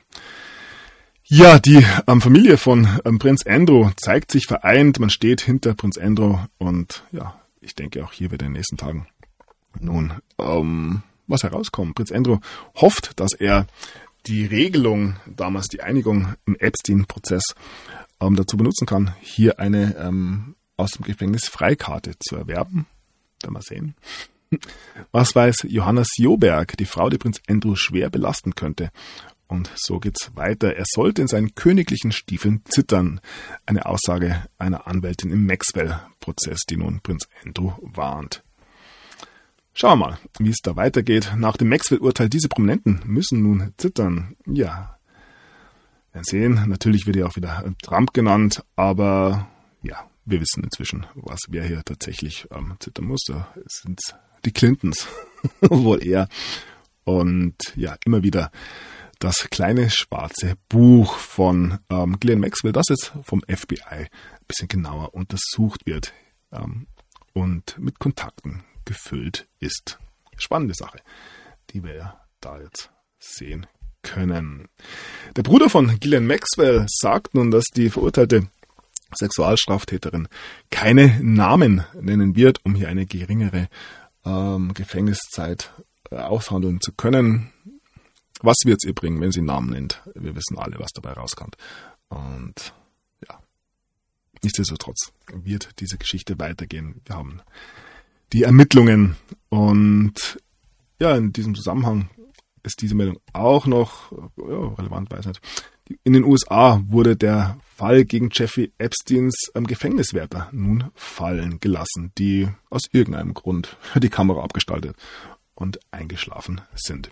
Ja, die ähm, Familie von ähm, Prinz Andrew zeigt sich vereint. Man steht hinter Prinz Andrew und ja, ich denke auch hier wird in den nächsten Tagen nun ähm, was herauskommt. Prinz Andrew hofft, dass er die Regelung, damals die Einigung im Epstein-Prozess ähm, dazu benutzen kann, hier eine ähm, aus dem Gefängnis Freikarte zu erwerben. Werden wir sehen. Was weiß Johanna Sjoberg, die Frau, die Prinz Andrew schwer belasten könnte. Und so geht's weiter. Er sollte in seinen königlichen Stiefeln zittern. Eine Aussage einer Anwältin im Maxwell-Prozess, die nun Prinz Andrew warnt. Schauen wir mal, wie es da weitergeht. Nach dem Maxwell-Urteil, diese Prominenten müssen nun zittern. Ja, wir werden sehen. Natürlich wird ja auch wieder Trump genannt, aber ja, wir wissen inzwischen, was wer hier tatsächlich ähm, zittern muss. Es sind die Clintons, wohl eher. Und ja, immer wieder das kleine schwarze Buch von ähm, Ghislaine Maxwell, das jetzt vom F B I ein bisschen genauer untersucht wird ähm, und mit Kontakten gefüllt ist. Spannende Sache, die wir ja da jetzt sehen können. Der Bruder von Ghislaine Maxwell sagt nun, dass die verurteilte Sexualstraftäterin keine Namen nennen wird, um hier eine geringere ähm, Gefängniszeit äh, aushandeln zu können. Was wird es ihr bringen, wenn sie Namen nennt? Wir wissen alle, was dabei rauskommt. Und ja, nichtsdestotrotz wird diese Geschichte weitergehen. Wir haben die Ermittlungen und ja, in diesem Zusammenhang ist diese Meldung auch noch ja, relevant, weiß nicht. In den U S A wurde der Fall gegen Jeffrey Epsteins ähm, Gefängniswärter nun fallen gelassen, die aus irgendeinem Grund die Kamera abgestaltet und eingeschlafen sind.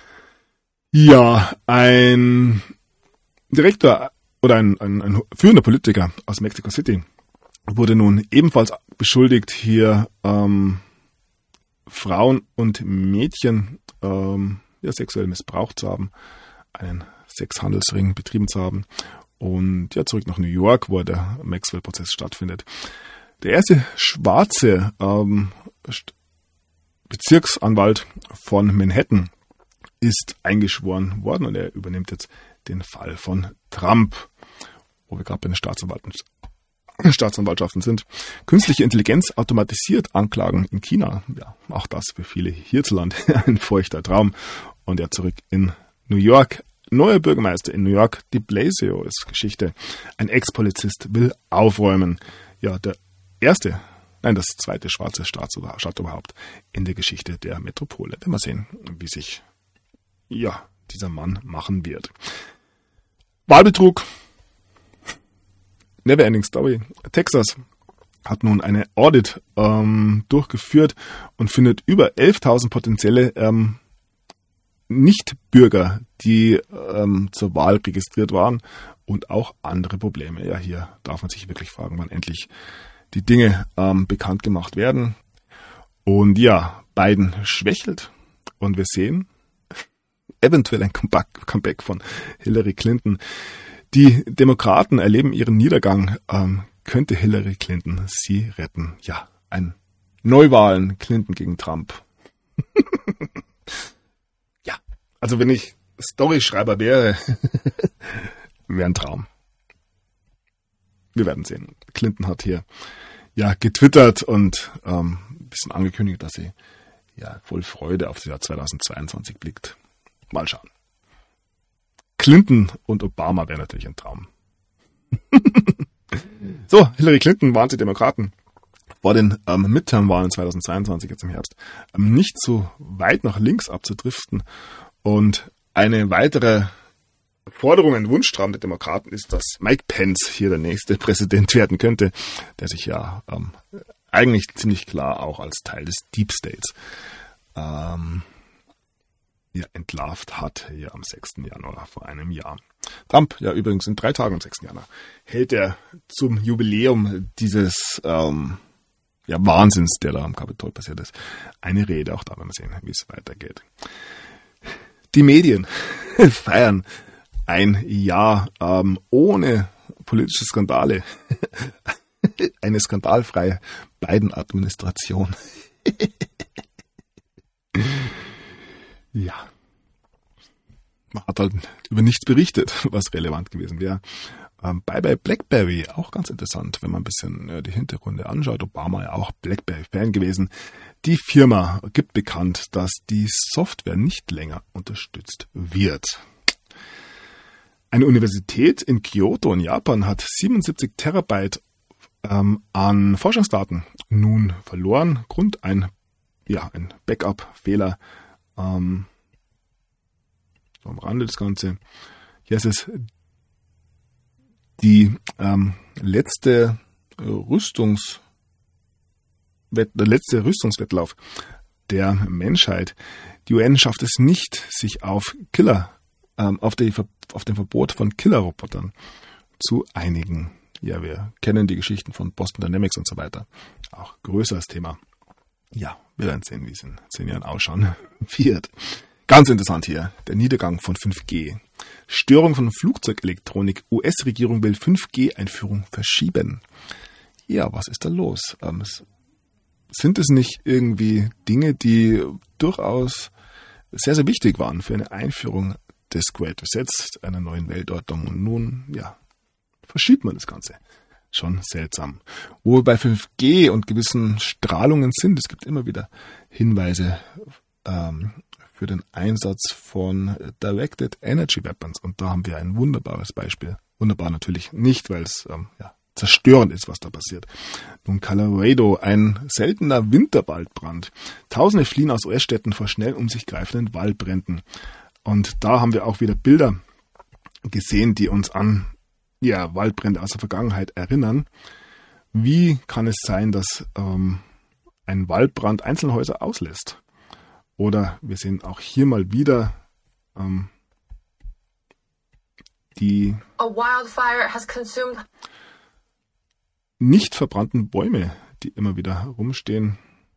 Ja, ein Direktor oder ein, ein, ein führender Politiker aus Mexico City wurde nun ebenfalls beschuldigt, hier ähm, Frauen und Mädchen ähm, ja, sexuell missbraucht zu haben, einen Sexhandelsring betrieben zu haben und ja zurück nach New York, wo der Maxwell-Prozess stattfindet. Der erste schwarze ähm, Bezirksanwalt von Manhattan ist eingeschworen worden und er übernimmt jetzt den Fall von Trump, wo wir gerade bei den Staatsanwalten Staatsanwaltschaften sind. Künstliche Intelligenz automatisiert Anklagen in China. Ja, auch das für viele hierzulande ein feuchter Traum. Und ja, zurück in New York. Neuer Bürgermeister in New York, de Blasio, ist Geschichte. Ein Ex-Polizist will aufräumen. Ja, der erste, nein, das zweite schwarze Staatsoberhaupt in der Geschichte der Metropole. Werden wir sehen, wie sich ja dieser Mann machen wird. Wahlbetrug. Neverending Story. Texas hat nun eine Audit ähm, durchgeführt und findet über elftausend potenzielle ähm, Nichtbürger, die ähm, zur Wahl registriert waren und auch andere Probleme. Ja, hier darf man sich wirklich fragen, wann endlich die Dinge ähm, bekannt gemacht werden. Und ja, Biden schwächelt und wir sehen eventuell ein Comeback, Comeback von Hillary Clinton. Die Demokraten erleben ihren Niedergang. Ähm, könnte Hillary Clinton sie retten? Ja, ein Neuwahlen Clinton gegen Trump. Ja, also wenn ich Storyschreiber wäre, wäre ein Traum. Wir werden sehen. Clinton hat hier ja getwittert und ähm, ein bisschen angekündigt, dass sie ja voll Freude auf das Jahr zweitausendzweiundzwanzig blickt. Mal schauen. Clinton und Obama wäre natürlich ein Traum. So, Hillary Clinton warnt die Demokraten vor den ähm, Midterm-Wahlen zweitausendzweiundzwanzig, jetzt im Herbst, ähm, nicht so weit nach links abzudriften. Und eine weitere Forderung, ein Wunschtraum der Demokraten ist, dass Mike Pence hier der nächste Präsident werden könnte, der sich ja ähm, eigentlich ziemlich klar auch als Teil des Deep States ähm, ja, entlarvt hat, hier am sechsten Januar vor einem Jahr. Trump, ja übrigens in drei Tagen am sechsten Januar, hält er zum Jubiläum dieses ähm, ja, Wahnsinns, der da am Kapitol passiert ist, eine Rede. Auch da werden wir sehen, wie es weitergeht. Die Medien feiern ein Jahr ähm, ohne politische Skandale. Eine skandalfreie Biden-Administration. Ja. Man hat halt über nichts berichtet, was relevant gewesen wäre. Ähm, Bye Bye BlackBerry, auch ganz interessant, wenn man ein bisschen äh, die Hintergründe anschaut. Obama ja auch BlackBerry-Fan gewesen. Die Firma gibt bekannt, dass die Software nicht länger unterstützt wird. Eine Universität in Kyoto in Japan hat siebenundsiebzig Terabyte ähm, an Forschungsdaten nun verloren. Grund ein, ja, ein Backup-Fehler. Ähm, so am Rande des Ganze. Hier ist es die ähm, letzte Rüstungs der letzte Rüstungswettlauf der Menschheit. Die U N schafft es nicht, sich auf Killer, ähm, auf, die, auf den Verbot von Killerrobotern zu einigen. Ja, wir kennen die Geschichten von Boston Dynamics und so weiter. Auch größeres Thema. Ja, wir werden sehen, wie es in zehn Jahren ausschauen wird. Ganz interessant hier, der Niedergang von fünf G. Störung von Flugzeugelektronik. U S-Regierung will fünf G-Einführung verschieben. Ja, was ist da los? Ähm, sind es nicht irgendwie Dinge, die durchaus sehr, sehr wichtig waren für eine Einführung des Great Resets, einer neuen Weltordnung? Und nun, ja, verschiebt man das Ganze. Schon seltsam. Wo wir bei fünf G und gewissen Strahlungen sind, es gibt immer wieder Hinweise ähm, für den Einsatz von Directed Energy Weapons. Und da haben wir ein wunderbares Beispiel. Wunderbar natürlich nicht, weil es ähm, ja, zerstörend ist, was da passiert. Nun Colorado, ein seltener Winterwaldbrand. Tausende fliehen aus U S-Städten vor schnell um sich greifenden Waldbränden. Und da haben wir auch wieder Bilder gesehen, die uns an ja, Waldbrände aus der Vergangenheit erinnern. Wie kann es sein, dass ähm, ein Waldbrand einzelne Häuser auslässt? Oder wir sehen auch hier mal wieder ähm, die A wildfire has consumed nicht verbrannten Bäume, die immer wieder rumstehen.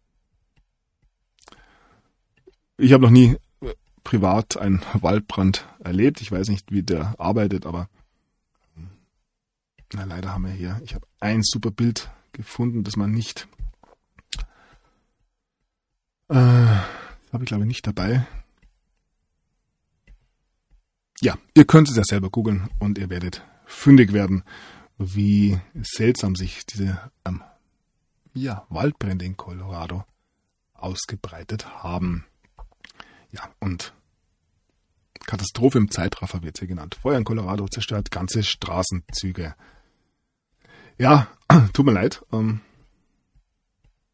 Ich habe noch nie privat einen Waldbrand erlebt. Ich weiß nicht, wie der arbeitet, aber na, leider haben wir hier, ich habe ein super Bild gefunden, das man nicht, äh, das habe ich glaube ich nicht dabei. Ja, ihr könnt es ja selber googeln und ihr werdet fündig werden, wie seltsam sich diese ähm, ja, Waldbrände in Colorado ausgebreitet haben. Ja, und Katastrophe im Zeitraffer wird hier genannt. Feuer in Colorado zerstört ganze Straßenzüge. Ja, tut mir leid. Ähm,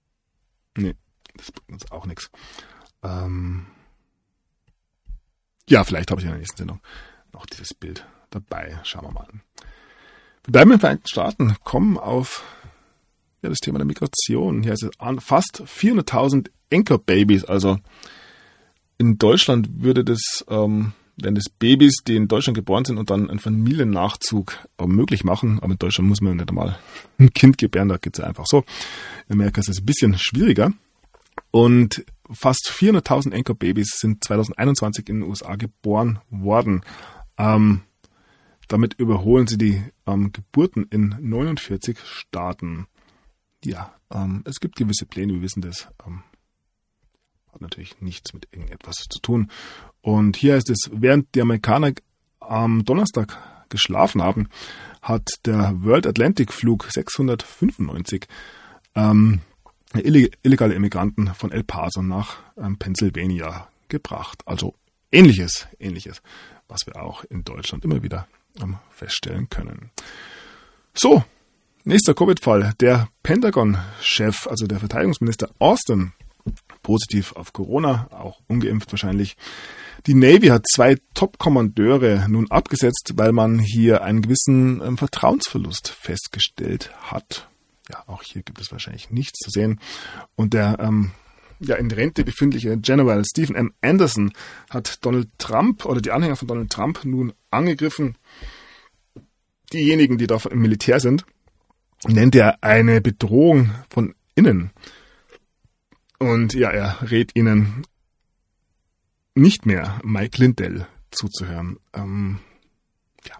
nee, das bringt uns auch nichts. Ähm, Ja, vielleicht habe ich in der nächsten Sendung noch dieses Bild dabei. Schauen wir mal. Wir bleiben in den Vereinigten Staaten, kommen auf ja, das Thema der Migration. Hier ist es an fast vierhunderttausend Anchor-Babys. Also in Deutschland würde das, ähm, wenn das Babys, die in Deutschland geboren sind und dann einen Familiennachzug äh, möglich machen. Aber in Deutschland muss man nicht einmal ein Kind gebären, da geht es ja einfach so. In Amerika ist es ein bisschen schwieriger. Und fast vierhunderttausend Anchor-Babys sind zweitausendeinundzwanzig in den U S A geboren worden. Ähm, damit überholen sie die ähm, Geburten in neunundvierzig Staaten. Ja, ähm, es gibt gewisse Pläne, wir wissen das. Ähm, hat natürlich nichts mit irgendetwas zu tun. Und hier heißt es, während die Amerikaner am Donnerstag geschlafen haben, hat der World Atlantic Flug sechshundertfünfundneunzig ähm, illegale Immigranten von El Paso nach ähm, Pennsylvania gebracht. Also ähnliches, ähnliches, was wir auch in Deutschland immer wieder ähm, feststellen können. So, nächster Covid-Fall. Der Pentagon-Chef, also der Verteidigungsminister Austin, positiv auf Corona, auch ungeimpft wahrscheinlich. Die Navy hat zwei Top-Kommandeure nun abgesetzt, weil man hier einen gewissen ähm, Vertrauensverlust festgestellt hat. Ja, auch hier gibt es wahrscheinlich nichts zu sehen. Und der ähm, ja, in Rente befindliche General Stephen M. Anderson hat Donald Trump oder die Anhänger von Donald Trump nun angegriffen. Diejenigen, die da im Militär sind, nennt er eine Bedrohung von innen. Und ja, er rät ihnen nicht mehr Mike Lindell zuzuhören. Ähm, ja.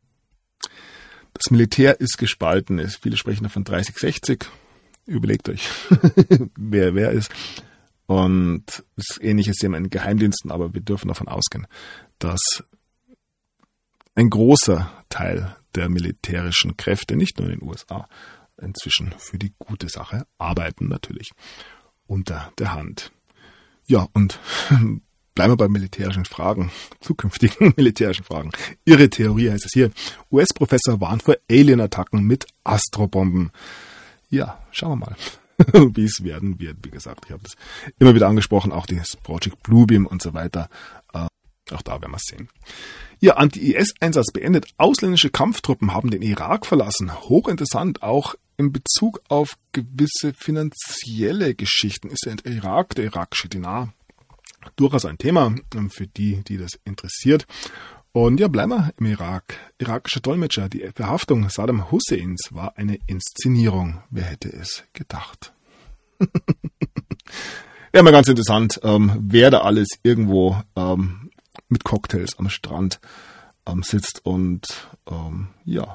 Das Militär ist gespalten. Viele sprechen davon dreißig sechzig. Überlegt euch, wer wer ist. Und das Ähnliche sehen wir in Geheimdiensten, aber wir dürfen davon ausgehen, dass ein großer Teil der militärischen Kräfte, nicht nur in den U S A, inzwischen für die gute Sache arbeiten, natürlich unter der Hand. Ja, und bleiben wir bei militärischen Fragen, zukünftigen militärischen Fragen. Ihre Theorie heißt es hier, U S-Professor warnt vor Alien-Attacken mit Astrobomben. Ja, schauen wir mal, wie es werden wird. Wie gesagt, ich habe das immer wieder angesprochen, auch das Project Bluebeam und so weiter. Äh, auch da werden wir es sehen. Ja, Anti-I S-Einsatz beendet. Ausländische Kampftruppen haben den Irak verlassen. Hochinteressant, auch in Bezug auf gewisse finanzielle Geschichten ist der Irak, der irakische Dinar, durchaus ein Thema für die, die das interessiert. Und ja, bleiben wir im Irak. Irakische Dolmetscher, die Verhaftung Saddam Husseins war eine Inszenierung. Wer hätte es gedacht? Ja, mal ganz interessant, ähm, wer da alles irgendwo ähm, mit Cocktails am Strand ähm, sitzt und ähm, ja,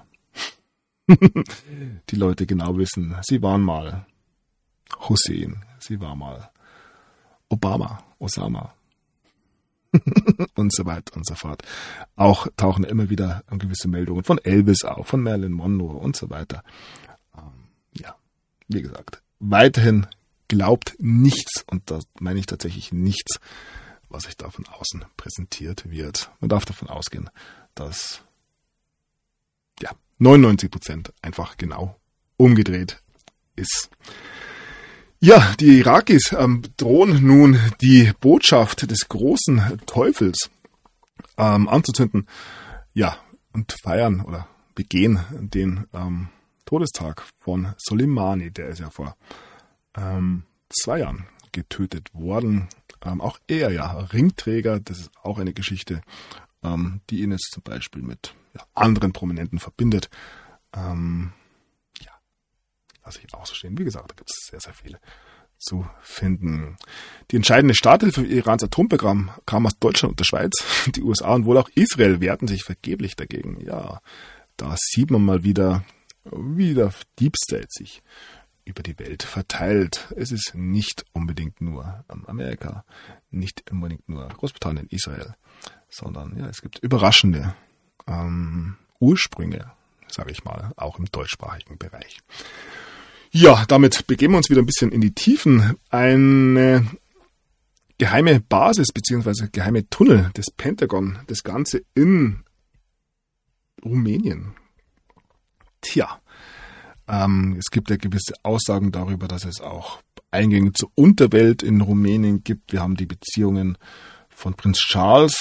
die Leute genau wissen, sie waren mal Hussein, sie war mal Obama, Osama und so weiter und so fort. Auch tauchen immer wieder gewisse Meldungen von Elvis auf, von Marilyn Monroe und so weiter. Ähm, ja, wie gesagt, weiterhin glaubt nichts, und das meine ich tatsächlich nichts, was sich da von außen präsentiert wird. Man darf davon ausgehen, dass ja, neunundneunzig Prozent einfach genau umgedreht ist. Ja, die Irakis ähm, drohen nun die Botschaft des großen Teufels ähm, anzuzünden. Ja, und feiern oder begehen den ähm, Todestag von Soleimani, der ist ja vor ähm, zwei Jahren getötet worden. Ähm, auch er ja Ringträger, das ist auch eine Geschichte, ähm, die ihn jetzt zum Beispiel mit ja, anderen Prominenten verbindet. Ähm, ja, lasse ich auch so stehen. Wie gesagt, da gibt es sehr, sehr viele zu finden. Die entscheidende Starthilfe für Irans Atomprogramm kam aus Deutschland und der Schweiz. Die U S A und wohl auch Israel wehrten sich vergeblich dagegen. Ja, da sieht man mal wieder, wie der Deep State sich über die Welt verteilt. Es ist nicht unbedingt nur Amerika, nicht unbedingt nur Großbritannien, Israel, sondern ja, es gibt überraschende ähm, Ursprünge, sage ich mal, auch im deutschsprachigen Bereich. Ja, damit begeben wir uns wieder ein bisschen in die Tiefen. Eine geheime Basis bzw. geheime Tunnel des Pentagon, das Ganze in Rumänien. Tja, ähm, es gibt ja gewisse Aussagen darüber, dass es auch Eingänge zur Unterwelt in Rumänien gibt. Wir haben die Beziehungen von Prinz Charles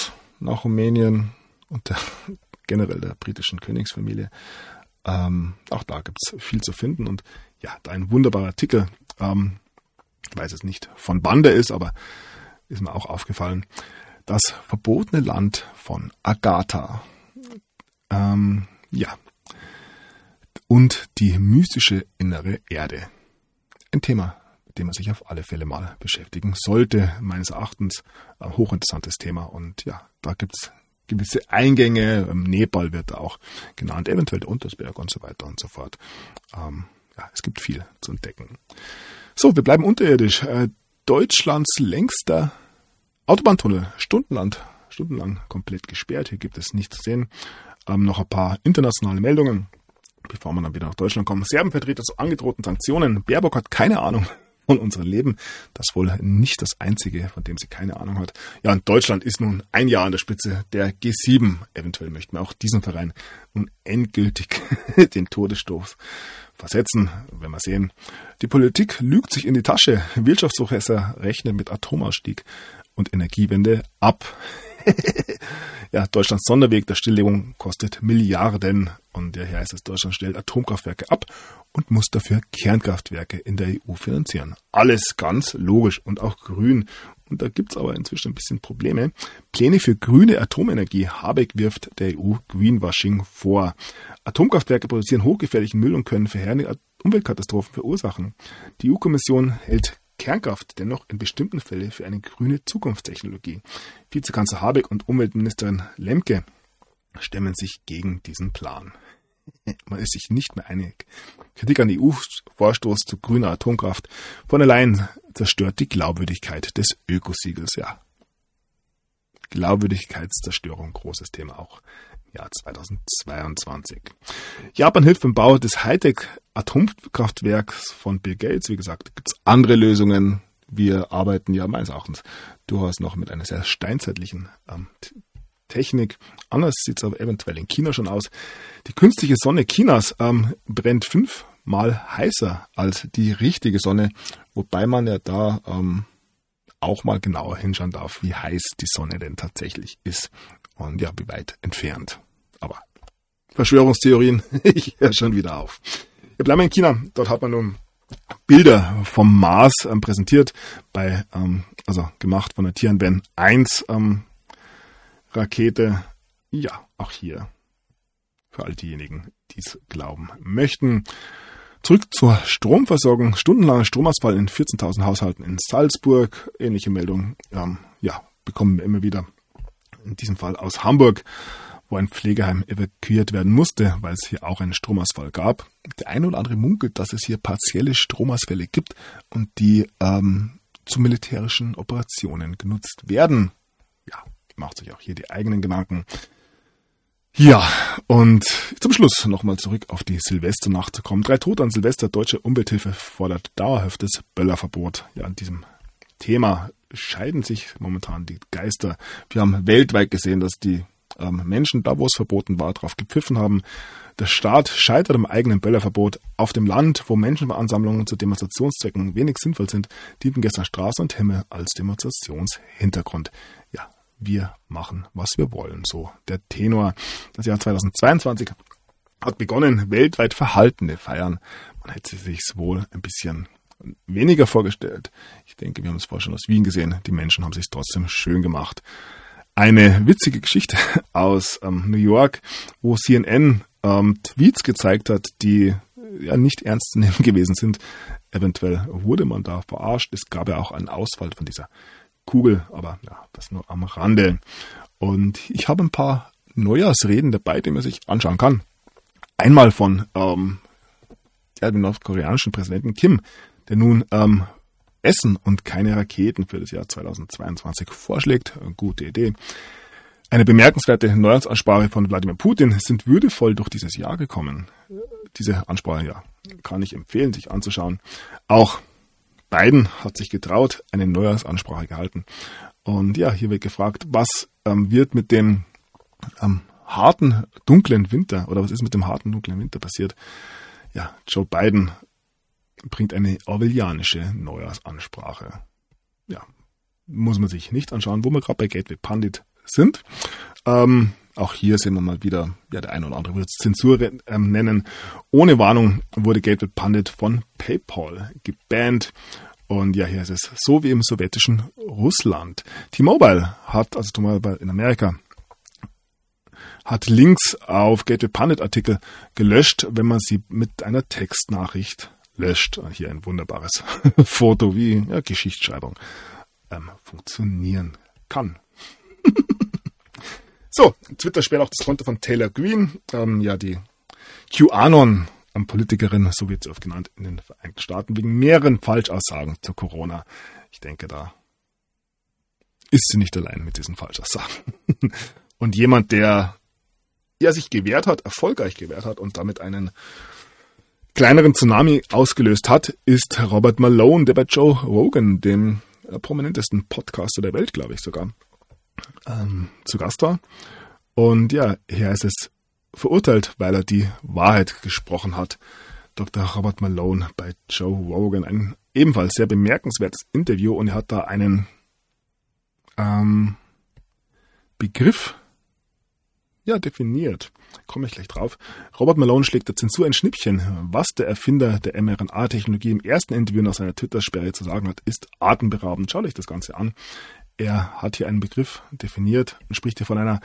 nach Rumänien und der, generell der britischen Königsfamilie. Ähm, auch da gibt es viel zu finden und ja, da ein wunderbarer Artikel, ähm, ich weiß es nicht, von wann der ist, aber ist mir auch aufgefallen. Das verbotene Land von Agatha. Ähm, ja. Und die mystische innere Erde. Ein Thema, mit dem man sich auf alle Fälle mal beschäftigen sollte. Meines Erachtens ein hochinteressantes Thema. Und ja, da gibt es gewisse Eingänge. Nepal wird da auch genannt, eventuell der Untersberg und so weiter und so fort. Ähm, ja, es gibt viel zu entdecken. So, wir bleiben unterirdisch. Äh, Deutschlands längster Autobahntunnel, stundenlang, stundenlang komplett gesperrt. Hier gibt es nichts zu sehen. Ähm, noch ein paar internationale Meldungen, bevor wir dann wieder nach Deutschland kommen. Serbenvertreter zu angedrohten Sanktionen. Baerbock hat keine Ahnung von unserem Leben. Das ist wohl nicht das Einzige, von dem sie keine Ahnung hat. Ja, und Deutschland ist nun ein Jahr an der Spitze der G sieben. Eventuell möchten wir auch diesen Verein nun endgültig den Todesstoß versetzen, wenn wir sehen. Die Politik lügt sich in die Tasche. Wirtschaftsprofessor rechnet mit Atomausstieg und Energiewende ab. Ja, Deutschlands Sonderweg der Stilllegung kostet Milliarden. Und ja, hier heißt es, Deutschland stellt Atomkraftwerke ab und muss dafür Kernkraftwerke in der E U finanzieren. Alles ganz logisch und auch grün. Und da gibt's aber inzwischen ein bisschen Probleme. Pläne für grüne Atomenergie. Habeck wirft der E U Greenwashing vor. Atomkraftwerke produzieren hochgefährlichen Müll und können verheerende Umweltkatastrophen verursachen. Die E U-Kommission hält Kernkraft dennoch in bestimmten Fällen für eine grüne Zukunftstechnologie. Vizekanzler Habeck und Umweltministerin Lemke stemmen sich gegen diesen Plan. Man ist sich nicht mehr einig. Kritik an E U-Vorstoß zu grüner Atomkraft von allein zerstört die Glaubwürdigkeit des Ökosiegels. Ja, Glaubwürdigkeitszerstörung, großes Thema auch im Jahr zweitausendzweiundzwanzig. Japan hilft beim Bau des Hightech-Atomkraftwerks von Bill Gates. Wie gesagt, gibt es andere Lösungen. Wir arbeiten ja meines Erachtens durchaus noch mit einer sehr steinzeitlichen ähm, Technik. Anders sieht es aber eventuell in China schon aus. Die künstliche Sonne Chinas ähm, brennt fünfmal heißer als die richtige Sonne, wobei man ja da ähm, auch mal genauer hinschauen darf, wie heiß die Sonne denn tatsächlich ist und ja, wie weit entfernt. Aber Verschwörungstheorien, ich höre schon wieder auf. Wir bleiben in China. Dort hat man nun Bilder vom Mars ähm, präsentiert, bei ähm, also gemacht von der Tianwen eins ähm, Rakete. Ja, auch hier für all diejenigen, die es glauben möchten. Zurück zur Stromversorgung. Stundenlanger Stromausfall in vierzehntausend Haushalten in Salzburg. Ähnliche Meldung ähm, ja, bekommen wir immer wieder. In diesem Fall aus Hamburg, wo ein Pflegeheim evakuiert werden musste, weil es hier auch einen Stromausfall gab. Der eine oder andere munkelt, dass es hier partielle Stromausfälle gibt und die ähm, zu militärischen Operationen genutzt werden. Ja, macht sich auch hier die eigenen Gedanken. Ja, und zum Schluss nochmal zurück auf die Silvesternacht zu kommen. Drei Tote an Silvester. Deutsche Umwelthilfe fordert dauerhaftes Böllerverbot. Ja, an diesem Thema scheiden sich momentan die Geister. Wir haben weltweit gesehen, dass die ähm, Menschen, da wo es verboten war, drauf gepfiffen haben. Der Staat scheitert am eigenen Böllerverbot. Auf dem Land, wo Menschenansammlungen zu Demonstrationszwecken wenig sinnvoll sind, dienten gestern Straße und Himmel als Demonstrationshintergrund. Ja, wir machen, was wir wollen. So der Tenor. Das Jahr zweitausendzweiundzwanzig hat begonnen. Weltweit verhaltene Feiern. Man hätte sich wohl ein bisschen weniger vorgestellt. Ich denke, wir haben es vorher schon aus Wien gesehen. Die Menschen haben es sich trotzdem schön gemacht. Eine witzige Geschichte aus ähm, New York, wo C N N ähm, Tweets gezeigt hat, die ja nicht ernst zu nehmen gewesen sind. Eventuell wurde man da verarscht. Es gab ja auch einen Ausfall von dieser Kugel, aber ja, das nur am Rande. Und ich habe ein paar Neujahrsreden dabei, die man sich anschauen kann. Einmal von ähm, ja, dem nordkoreanischen Präsidenten Kim, der nun ähm, Essen und keine Raketen für das Jahr zweitausendzweiundzwanzig vorschlägt. Eine gute Idee. Eine bemerkenswerte Neujahrsansprache von Wladimir Putin sind würdevoll durch dieses Jahr gekommen. Diese Ansprache, ja, kann ich empfehlen, sich anzuschauen. Auch Biden hat sich getraut, eine Neujahrsansprache gehalten. Und ja, hier wird gefragt, was ähm, wird mit dem ähm, harten, dunklen Winter oder was ist mit dem harten, dunklen Winter passiert? Ja, Joe Biden bringt eine orwellianische Neujahrsansprache. Ja, muss man sich nicht anschauen, wo wir gerade bei Gateway Pundit sind. Ähm, auch hier sehen wir mal wieder, ja, der eine oder andere würde es Zensur ähm, nennen. Ohne Warnung wurde Gateway Pundit von PayPal gebannt. Und ja, hier ist es so wie im sowjetischen Russland. T-Mobile hat, also T-Mobile in Amerika, hat Links auf Gateway Pundit Artikel gelöscht, wenn man sie mit einer Textnachricht löscht. Hier ein wunderbares Foto, wie ja, Geschichtsschreibung ähm, funktionieren kann. So, Twitter sperrt auch das Konto von Taylor Greene, ähm, ja, die QAnon ähm, Politikerin, so wird sie oft genannt, in den Vereinigten Staaten, wegen mehreren Falschaussagen zu Corona. Ich denke, da ist sie nicht allein mit diesen Falschaussagen. Und jemand, der ja, sich gewehrt hat, erfolgreich gewehrt hat und damit einen kleineren Tsunami ausgelöst hat, ist Robert Malone, der bei Joe Rogan, dem äh, prominentesten Podcaster der Welt, glaube ich sogar, ähm, zu Gast war. Und ja, hier ist es verurteilt, weil er die Wahrheit gesprochen hat. Doktor Robert Malone bei Joe Rogan, ein ebenfalls sehr bemerkenswertes Interview, und er hat da einen ähm, Begriff ja, definiert. Komme ich gleich drauf. Robert Malone schlägt der Zensur ein Schnippchen. Was der Erfinder der M R N A-Technologie im ersten Interview nach seiner Twitter-Sperre zu sagen hat, ist atemberaubend. Schaut euch das Ganze an. Er hat hier einen Begriff definiert und spricht hier von einer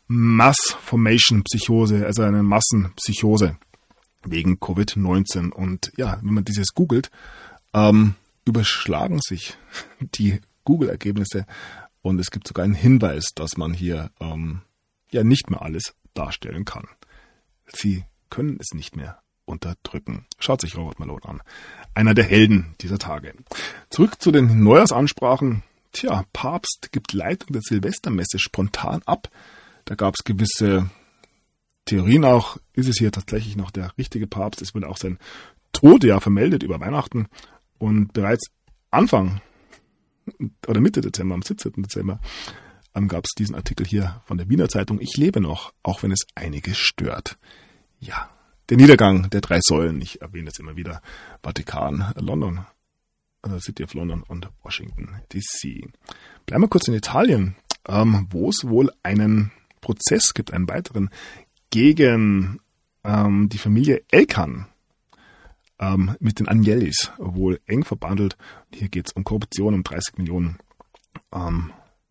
Mass-Formation-Psychose, also einer Massenpsychose wegen Covid neunzehn. Und ja, wenn man dieses googelt, ähm, überschlagen sich die Google-Ergebnisse, und es gibt sogar einen Hinweis, dass man hier ähm, ja nicht mehr alles darstellen kann. Sie können es nicht mehr unterdrücken. Schaut sich Robert Malone an. Einer der Helden dieser Tage. Zurück zu den Neujahrsansprachen. Tja, Papst gibt Leitung der Silvestermesse spontan ab. Da gab es gewisse Theorien auch. Ist es hier tatsächlich noch der richtige Papst? Es wurde auch sein Tod ja vermeldet über Weihnachten. Und bereits Anfang oder Mitte Dezember, am siebzehnten Dezember, gab es diesen Artikel hier von der Wiener Zeitung. Ich lebe noch, auch wenn es einige stört. Ja, der Niedergang der drei Säulen, ich erwähne es immer wieder, Vatikan, London, also City of London und Washington D C. Bleiben wir kurz in Italien, ähm, wo es wohl einen Prozess gibt, einen weiteren, gegen ähm, die Familie Elkann ähm, mit den Agnellis, wohl eng verbandelt. Hier geht es um Korruption, um dreißig Millionen ähm,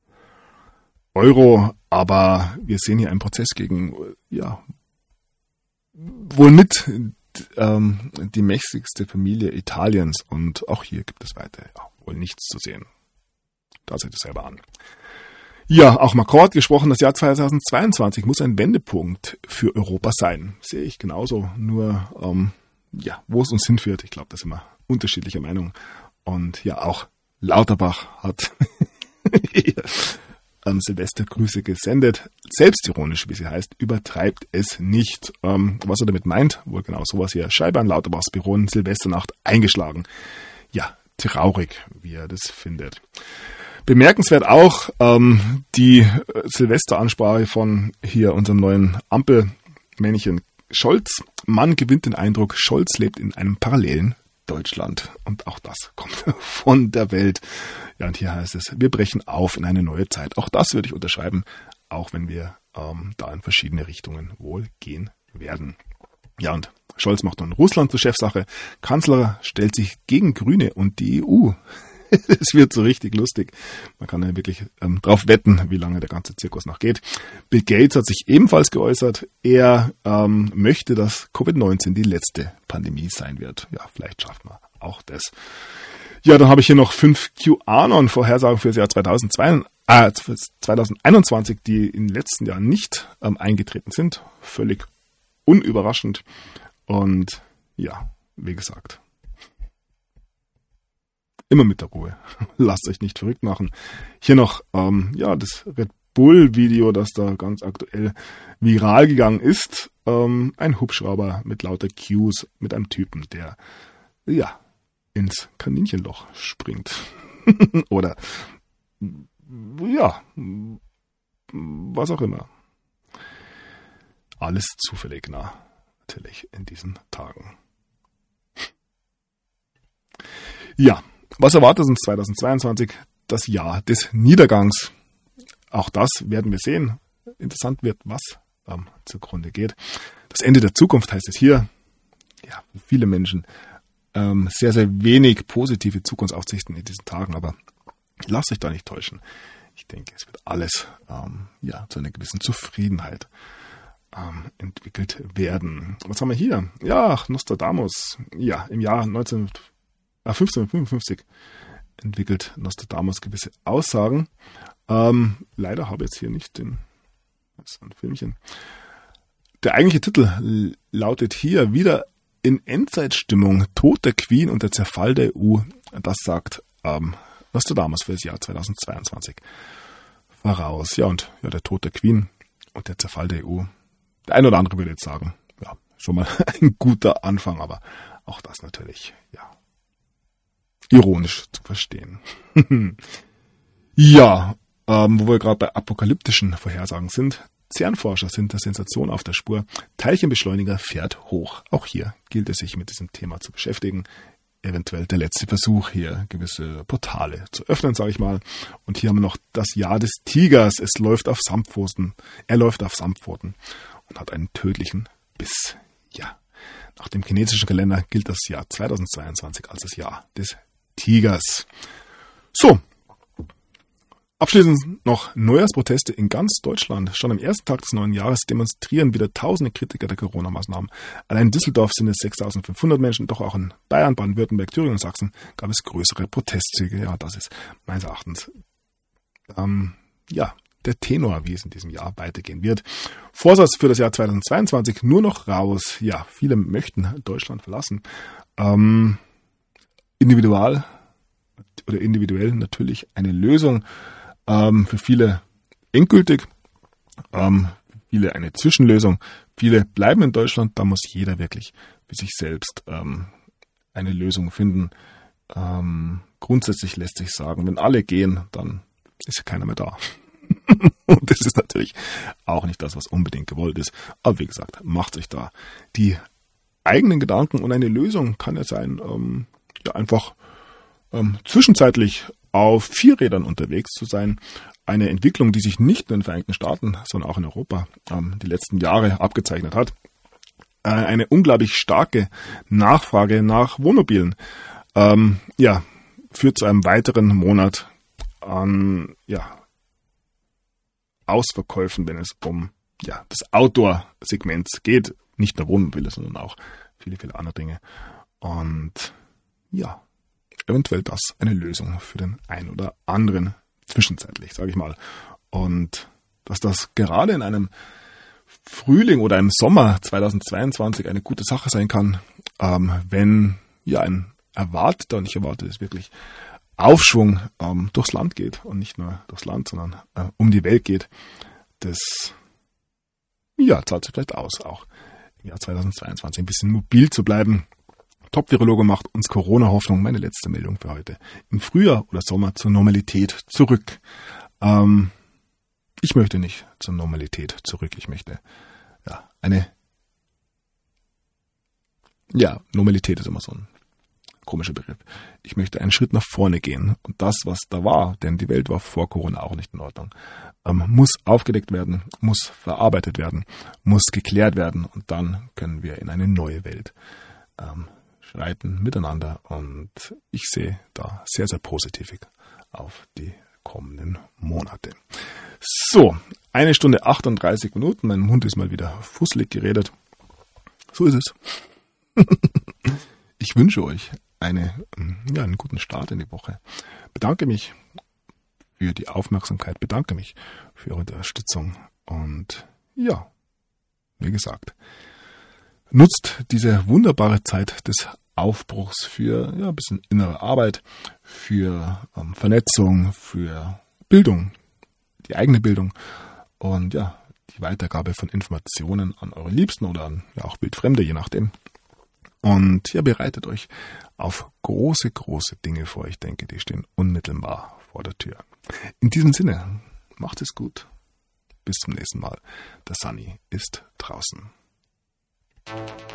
Euro, aber wir sehen hier einen Prozess gegen, ja, wohl mit ähm, die mächtigste Familie Italiens, und auch hier gibt es weiter ja, wohl nichts zu sehen. Da seht ihr selber an. Ja, auch Macron hat gesprochen, das Jahr zweitausendzweiundzwanzig muss ein Wendepunkt für Europa sein. Sehe ich genauso, nur ähm, ja, wo es uns hinführt, ich glaube, da sind wir unterschiedlicher Meinung. Und ja, auch Lauterbach hat ähm, Silvestergrüße gesendet. Selbstironisch, wie sie heißt, übertreibt es nicht. Ähm, was er damit meint, wohl genau sowas hier. Scheibe an Lauterbachs Büro in Silvesternacht eingeschlagen. Ja, traurig, wie er das findet. Bemerkenswert auch ähm, die Silvesteransprache von hier unserem neuen Ampelmännchen Scholz. Man gewinnt den Eindruck, Scholz lebt in einem parallelen Deutschland. Und auch das kommt von der Welt. Ja, und hier heißt es, wir brechen auf in eine neue Zeit. Auch das würde ich unterschreiben, auch wenn wir ähm, da in verschiedene Richtungen wohl gehen werden. Ja, und Scholz macht nun Russland zur Chefsache. Kanzler stellt sich gegen Grüne und die E U. Es wird so richtig lustig. Man kann ja wirklich ähm, drauf wetten, wie lange der ganze Zirkus noch geht. Bill Gates hat sich ebenfalls geäußert. Er ähm, möchte, dass Covid neunzehn die letzte Pandemie sein wird. Ja, vielleicht schafft man auch das. Ja, dann habe ich hier noch fünf QAnon-Vorhersagen für das Jahr zweitausendzweiundzwanzig, äh, zweitausendeinundzwanzig, die in den letzten Jahren nicht ähm, eingetreten sind. Völlig unüberraschend. Und ja, wie gesagt, immer mit der Ruhe. Lasst euch nicht verrückt machen. Hier noch ähm, ja das Red Bull-Video, das da ganz aktuell viral gegangen ist. Ähm, ein Hubschrauber mit lauter Cues, mit einem Typen, der ja ins Kaninchenloch springt. Oder ja, was auch immer. Alles zufällig nah, natürlich in diesen Tagen. Ja, was erwartet uns zweitausendzweiundzwanzig? Das Jahr des Niedergangs. auch das werden wir sehen. Interessant wird, was ähm, zugrunde geht. Das Ende der Zukunft heißt es hier. Ja, viele Menschen ähm, sehr, sehr wenig positive Zukunftsaussichten in diesen Tagen, aber lasst euch da nicht täuschen. Ich denke, es wird alles ähm, ja, zu einer gewissen Zufriedenheit ähm, entwickelt werden. Was haben wir hier? Ja, Nostradamus. Ja, im Jahr neunzehn, äh, fünfzehnhundertfünfundfünfzig entwickelt Nostradamus gewisse Aussagen. Ähm, leider habe ich jetzt hier nicht den, das ist ein Filmchen. Der eigentliche Titel lautet hier wieder in Endzeitstimmung, Tod der Queen und der Zerfall der E U. Das sagt ähm, Nostradamus für das Jahr zweitausendzweiundzwanzig voraus. Ja, und ja, der Tod der Queen und der Zerfall der E U. Der eine oder andere würde jetzt sagen, ja, schon mal ein guter Anfang, aber auch das natürlich, ja, ironisch zu verstehen. Ja, ähm, wo wir gerade bei apokalyptischen Vorhersagen sind. CERN-Forscher sind der Sensation auf der Spur. Teilchenbeschleuniger fährt hoch. Auch hier gilt es, sich mit diesem Thema zu beschäftigen. Eventuell der letzte Versuch, hier gewisse Portale zu öffnen, sage ich mal. Und hier haben wir noch das Jahr des Tigers. Es läuft auf Samtpfoten. Er läuft auf Samtpfoten und hat einen tödlichen Biss. Ja, nach dem chinesischen Kalender gilt das Jahr zweitausendzweiundzwanzig als das Jahr des Tigers. So. Abschließend noch Neujahrsproteste in ganz Deutschland. Schon am ersten Tag des neuen Jahres demonstrieren wieder tausende Kritiker der Corona-Maßnahmen. Allein in Düsseldorf sind es sechstausendfünfhundert Menschen, doch auch in Bayern, Baden-Württemberg, Thüringen und Sachsen gab es größere Protestzüge. Ja, das ist meines Erachtens ähm, ja, der Tenor, wie es in diesem Jahr weitergehen wird. Vorsatz für das Jahr zweitausendzweiundzwanzig, nur noch raus. Ja, viele möchten Deutschland verlassen. Ähm, individual oder individuell natürlich eine Lösung. Ähm, für viele endgültig, ähm, für viele eine Zwischenlösung. Viele bleiben in Deutschland, da muss jeder wirklich für sich selbst ähm, eine Lösung finden. Ähm, grundsätzlich lässt sich sagen, wenn alle gehen, dann ist ja keiner mehr da. Und das ist natürlich auch nicht das, was unbedingt gewollt ist. Aber wie gesagt, macht sich da die eigenen Gedanken und eine Lösung kann ja sein, ähm, ja einfach ähm, zwischenzeitlich auf vier Rädern unterwegs zu sein. Eine Entwicklung, die sich nicht nur in den Vereinigten Staaten, sondern auch in Europa ähm, die letzten Jahre abgezeichnet hat. Äh, eine unglaublich starke Nachfrage nach Wohnmobilen ähm, ja, führt zu einem weiteren Monat an ja, Ausverkäufen, wenn es um ja, das Outdoor-Segment geht. Nicht nur Wohnmobile, sondern auch viele, viele andere Dinge. Und ja, eventuell das eine Lösung für den einen oder anderen zwischenzeitlich, sage ich mal. Und dass das gerade in einem Frühling oder im Sommer zweitausendzweiundzwanzig eine gute Sache sein kann, ähm, wenn ja ein erwarteter, und ich erwarte es wirklich, Aufschwung ähm, durchs Land geht und nicht nur durchs Land, sondern äh, um die Welt geht, das ja, zahlt sich vielleicht aus, auch im Jahr zweitausendzweiundzwanzig ein bisschen mobil zu bleiben. Top-Virologe macht uns Corona-Hoffnung, meine letzte Meldung für heute, im Frühjahr oder Sommer zur Normalität zurück. Ähm, ich möchte nicht zur Normalität zurück. Ich möchte ja eine ja, Normalität ist immer so ein komischer Begriff. Ich möchte einen Schritt nach vorne gehen. Und das, was da war, denn die Welt war vor Corona auch nicht in Ordnung, ähm, muss aufgedeckt werden, muss verarbeitet werden, muss geklärt werden. Und dann können wir in eine neue Welt ähm, schreiten miteinander. Und ich sehe da sehr, sehr positiv auf die kommenden Monate. So, eine Stunde achtunddreißig Minuten. Mein Mund ist mal wieder fusselig geredet. So ist es. Ich wünsche euch eine, ja, einen guten Start in die Woche. Bedanke mich für die Aufmerksamkeit, bedanke mich für Ihre Unterstützung und ja, wie gesagt, nutzt diese wunderbare Zeit des Aufbruchs für ja, ein bisschen innere Arbeit, für ähm, Vernetzung, für Bildung, die eigene Bildung und ja, die Weitergabe von Informationen an eure Liebsten oder an ja auch Wildfremde, je nachdem. Und ja, bereitet euch auf große, große Dinge vor. Ich denke, die stehen unmittelbar vor der Tür. In diesem Sinne, macht es gut. Bis zum nächsten Mal. Der Sunny ist draußen.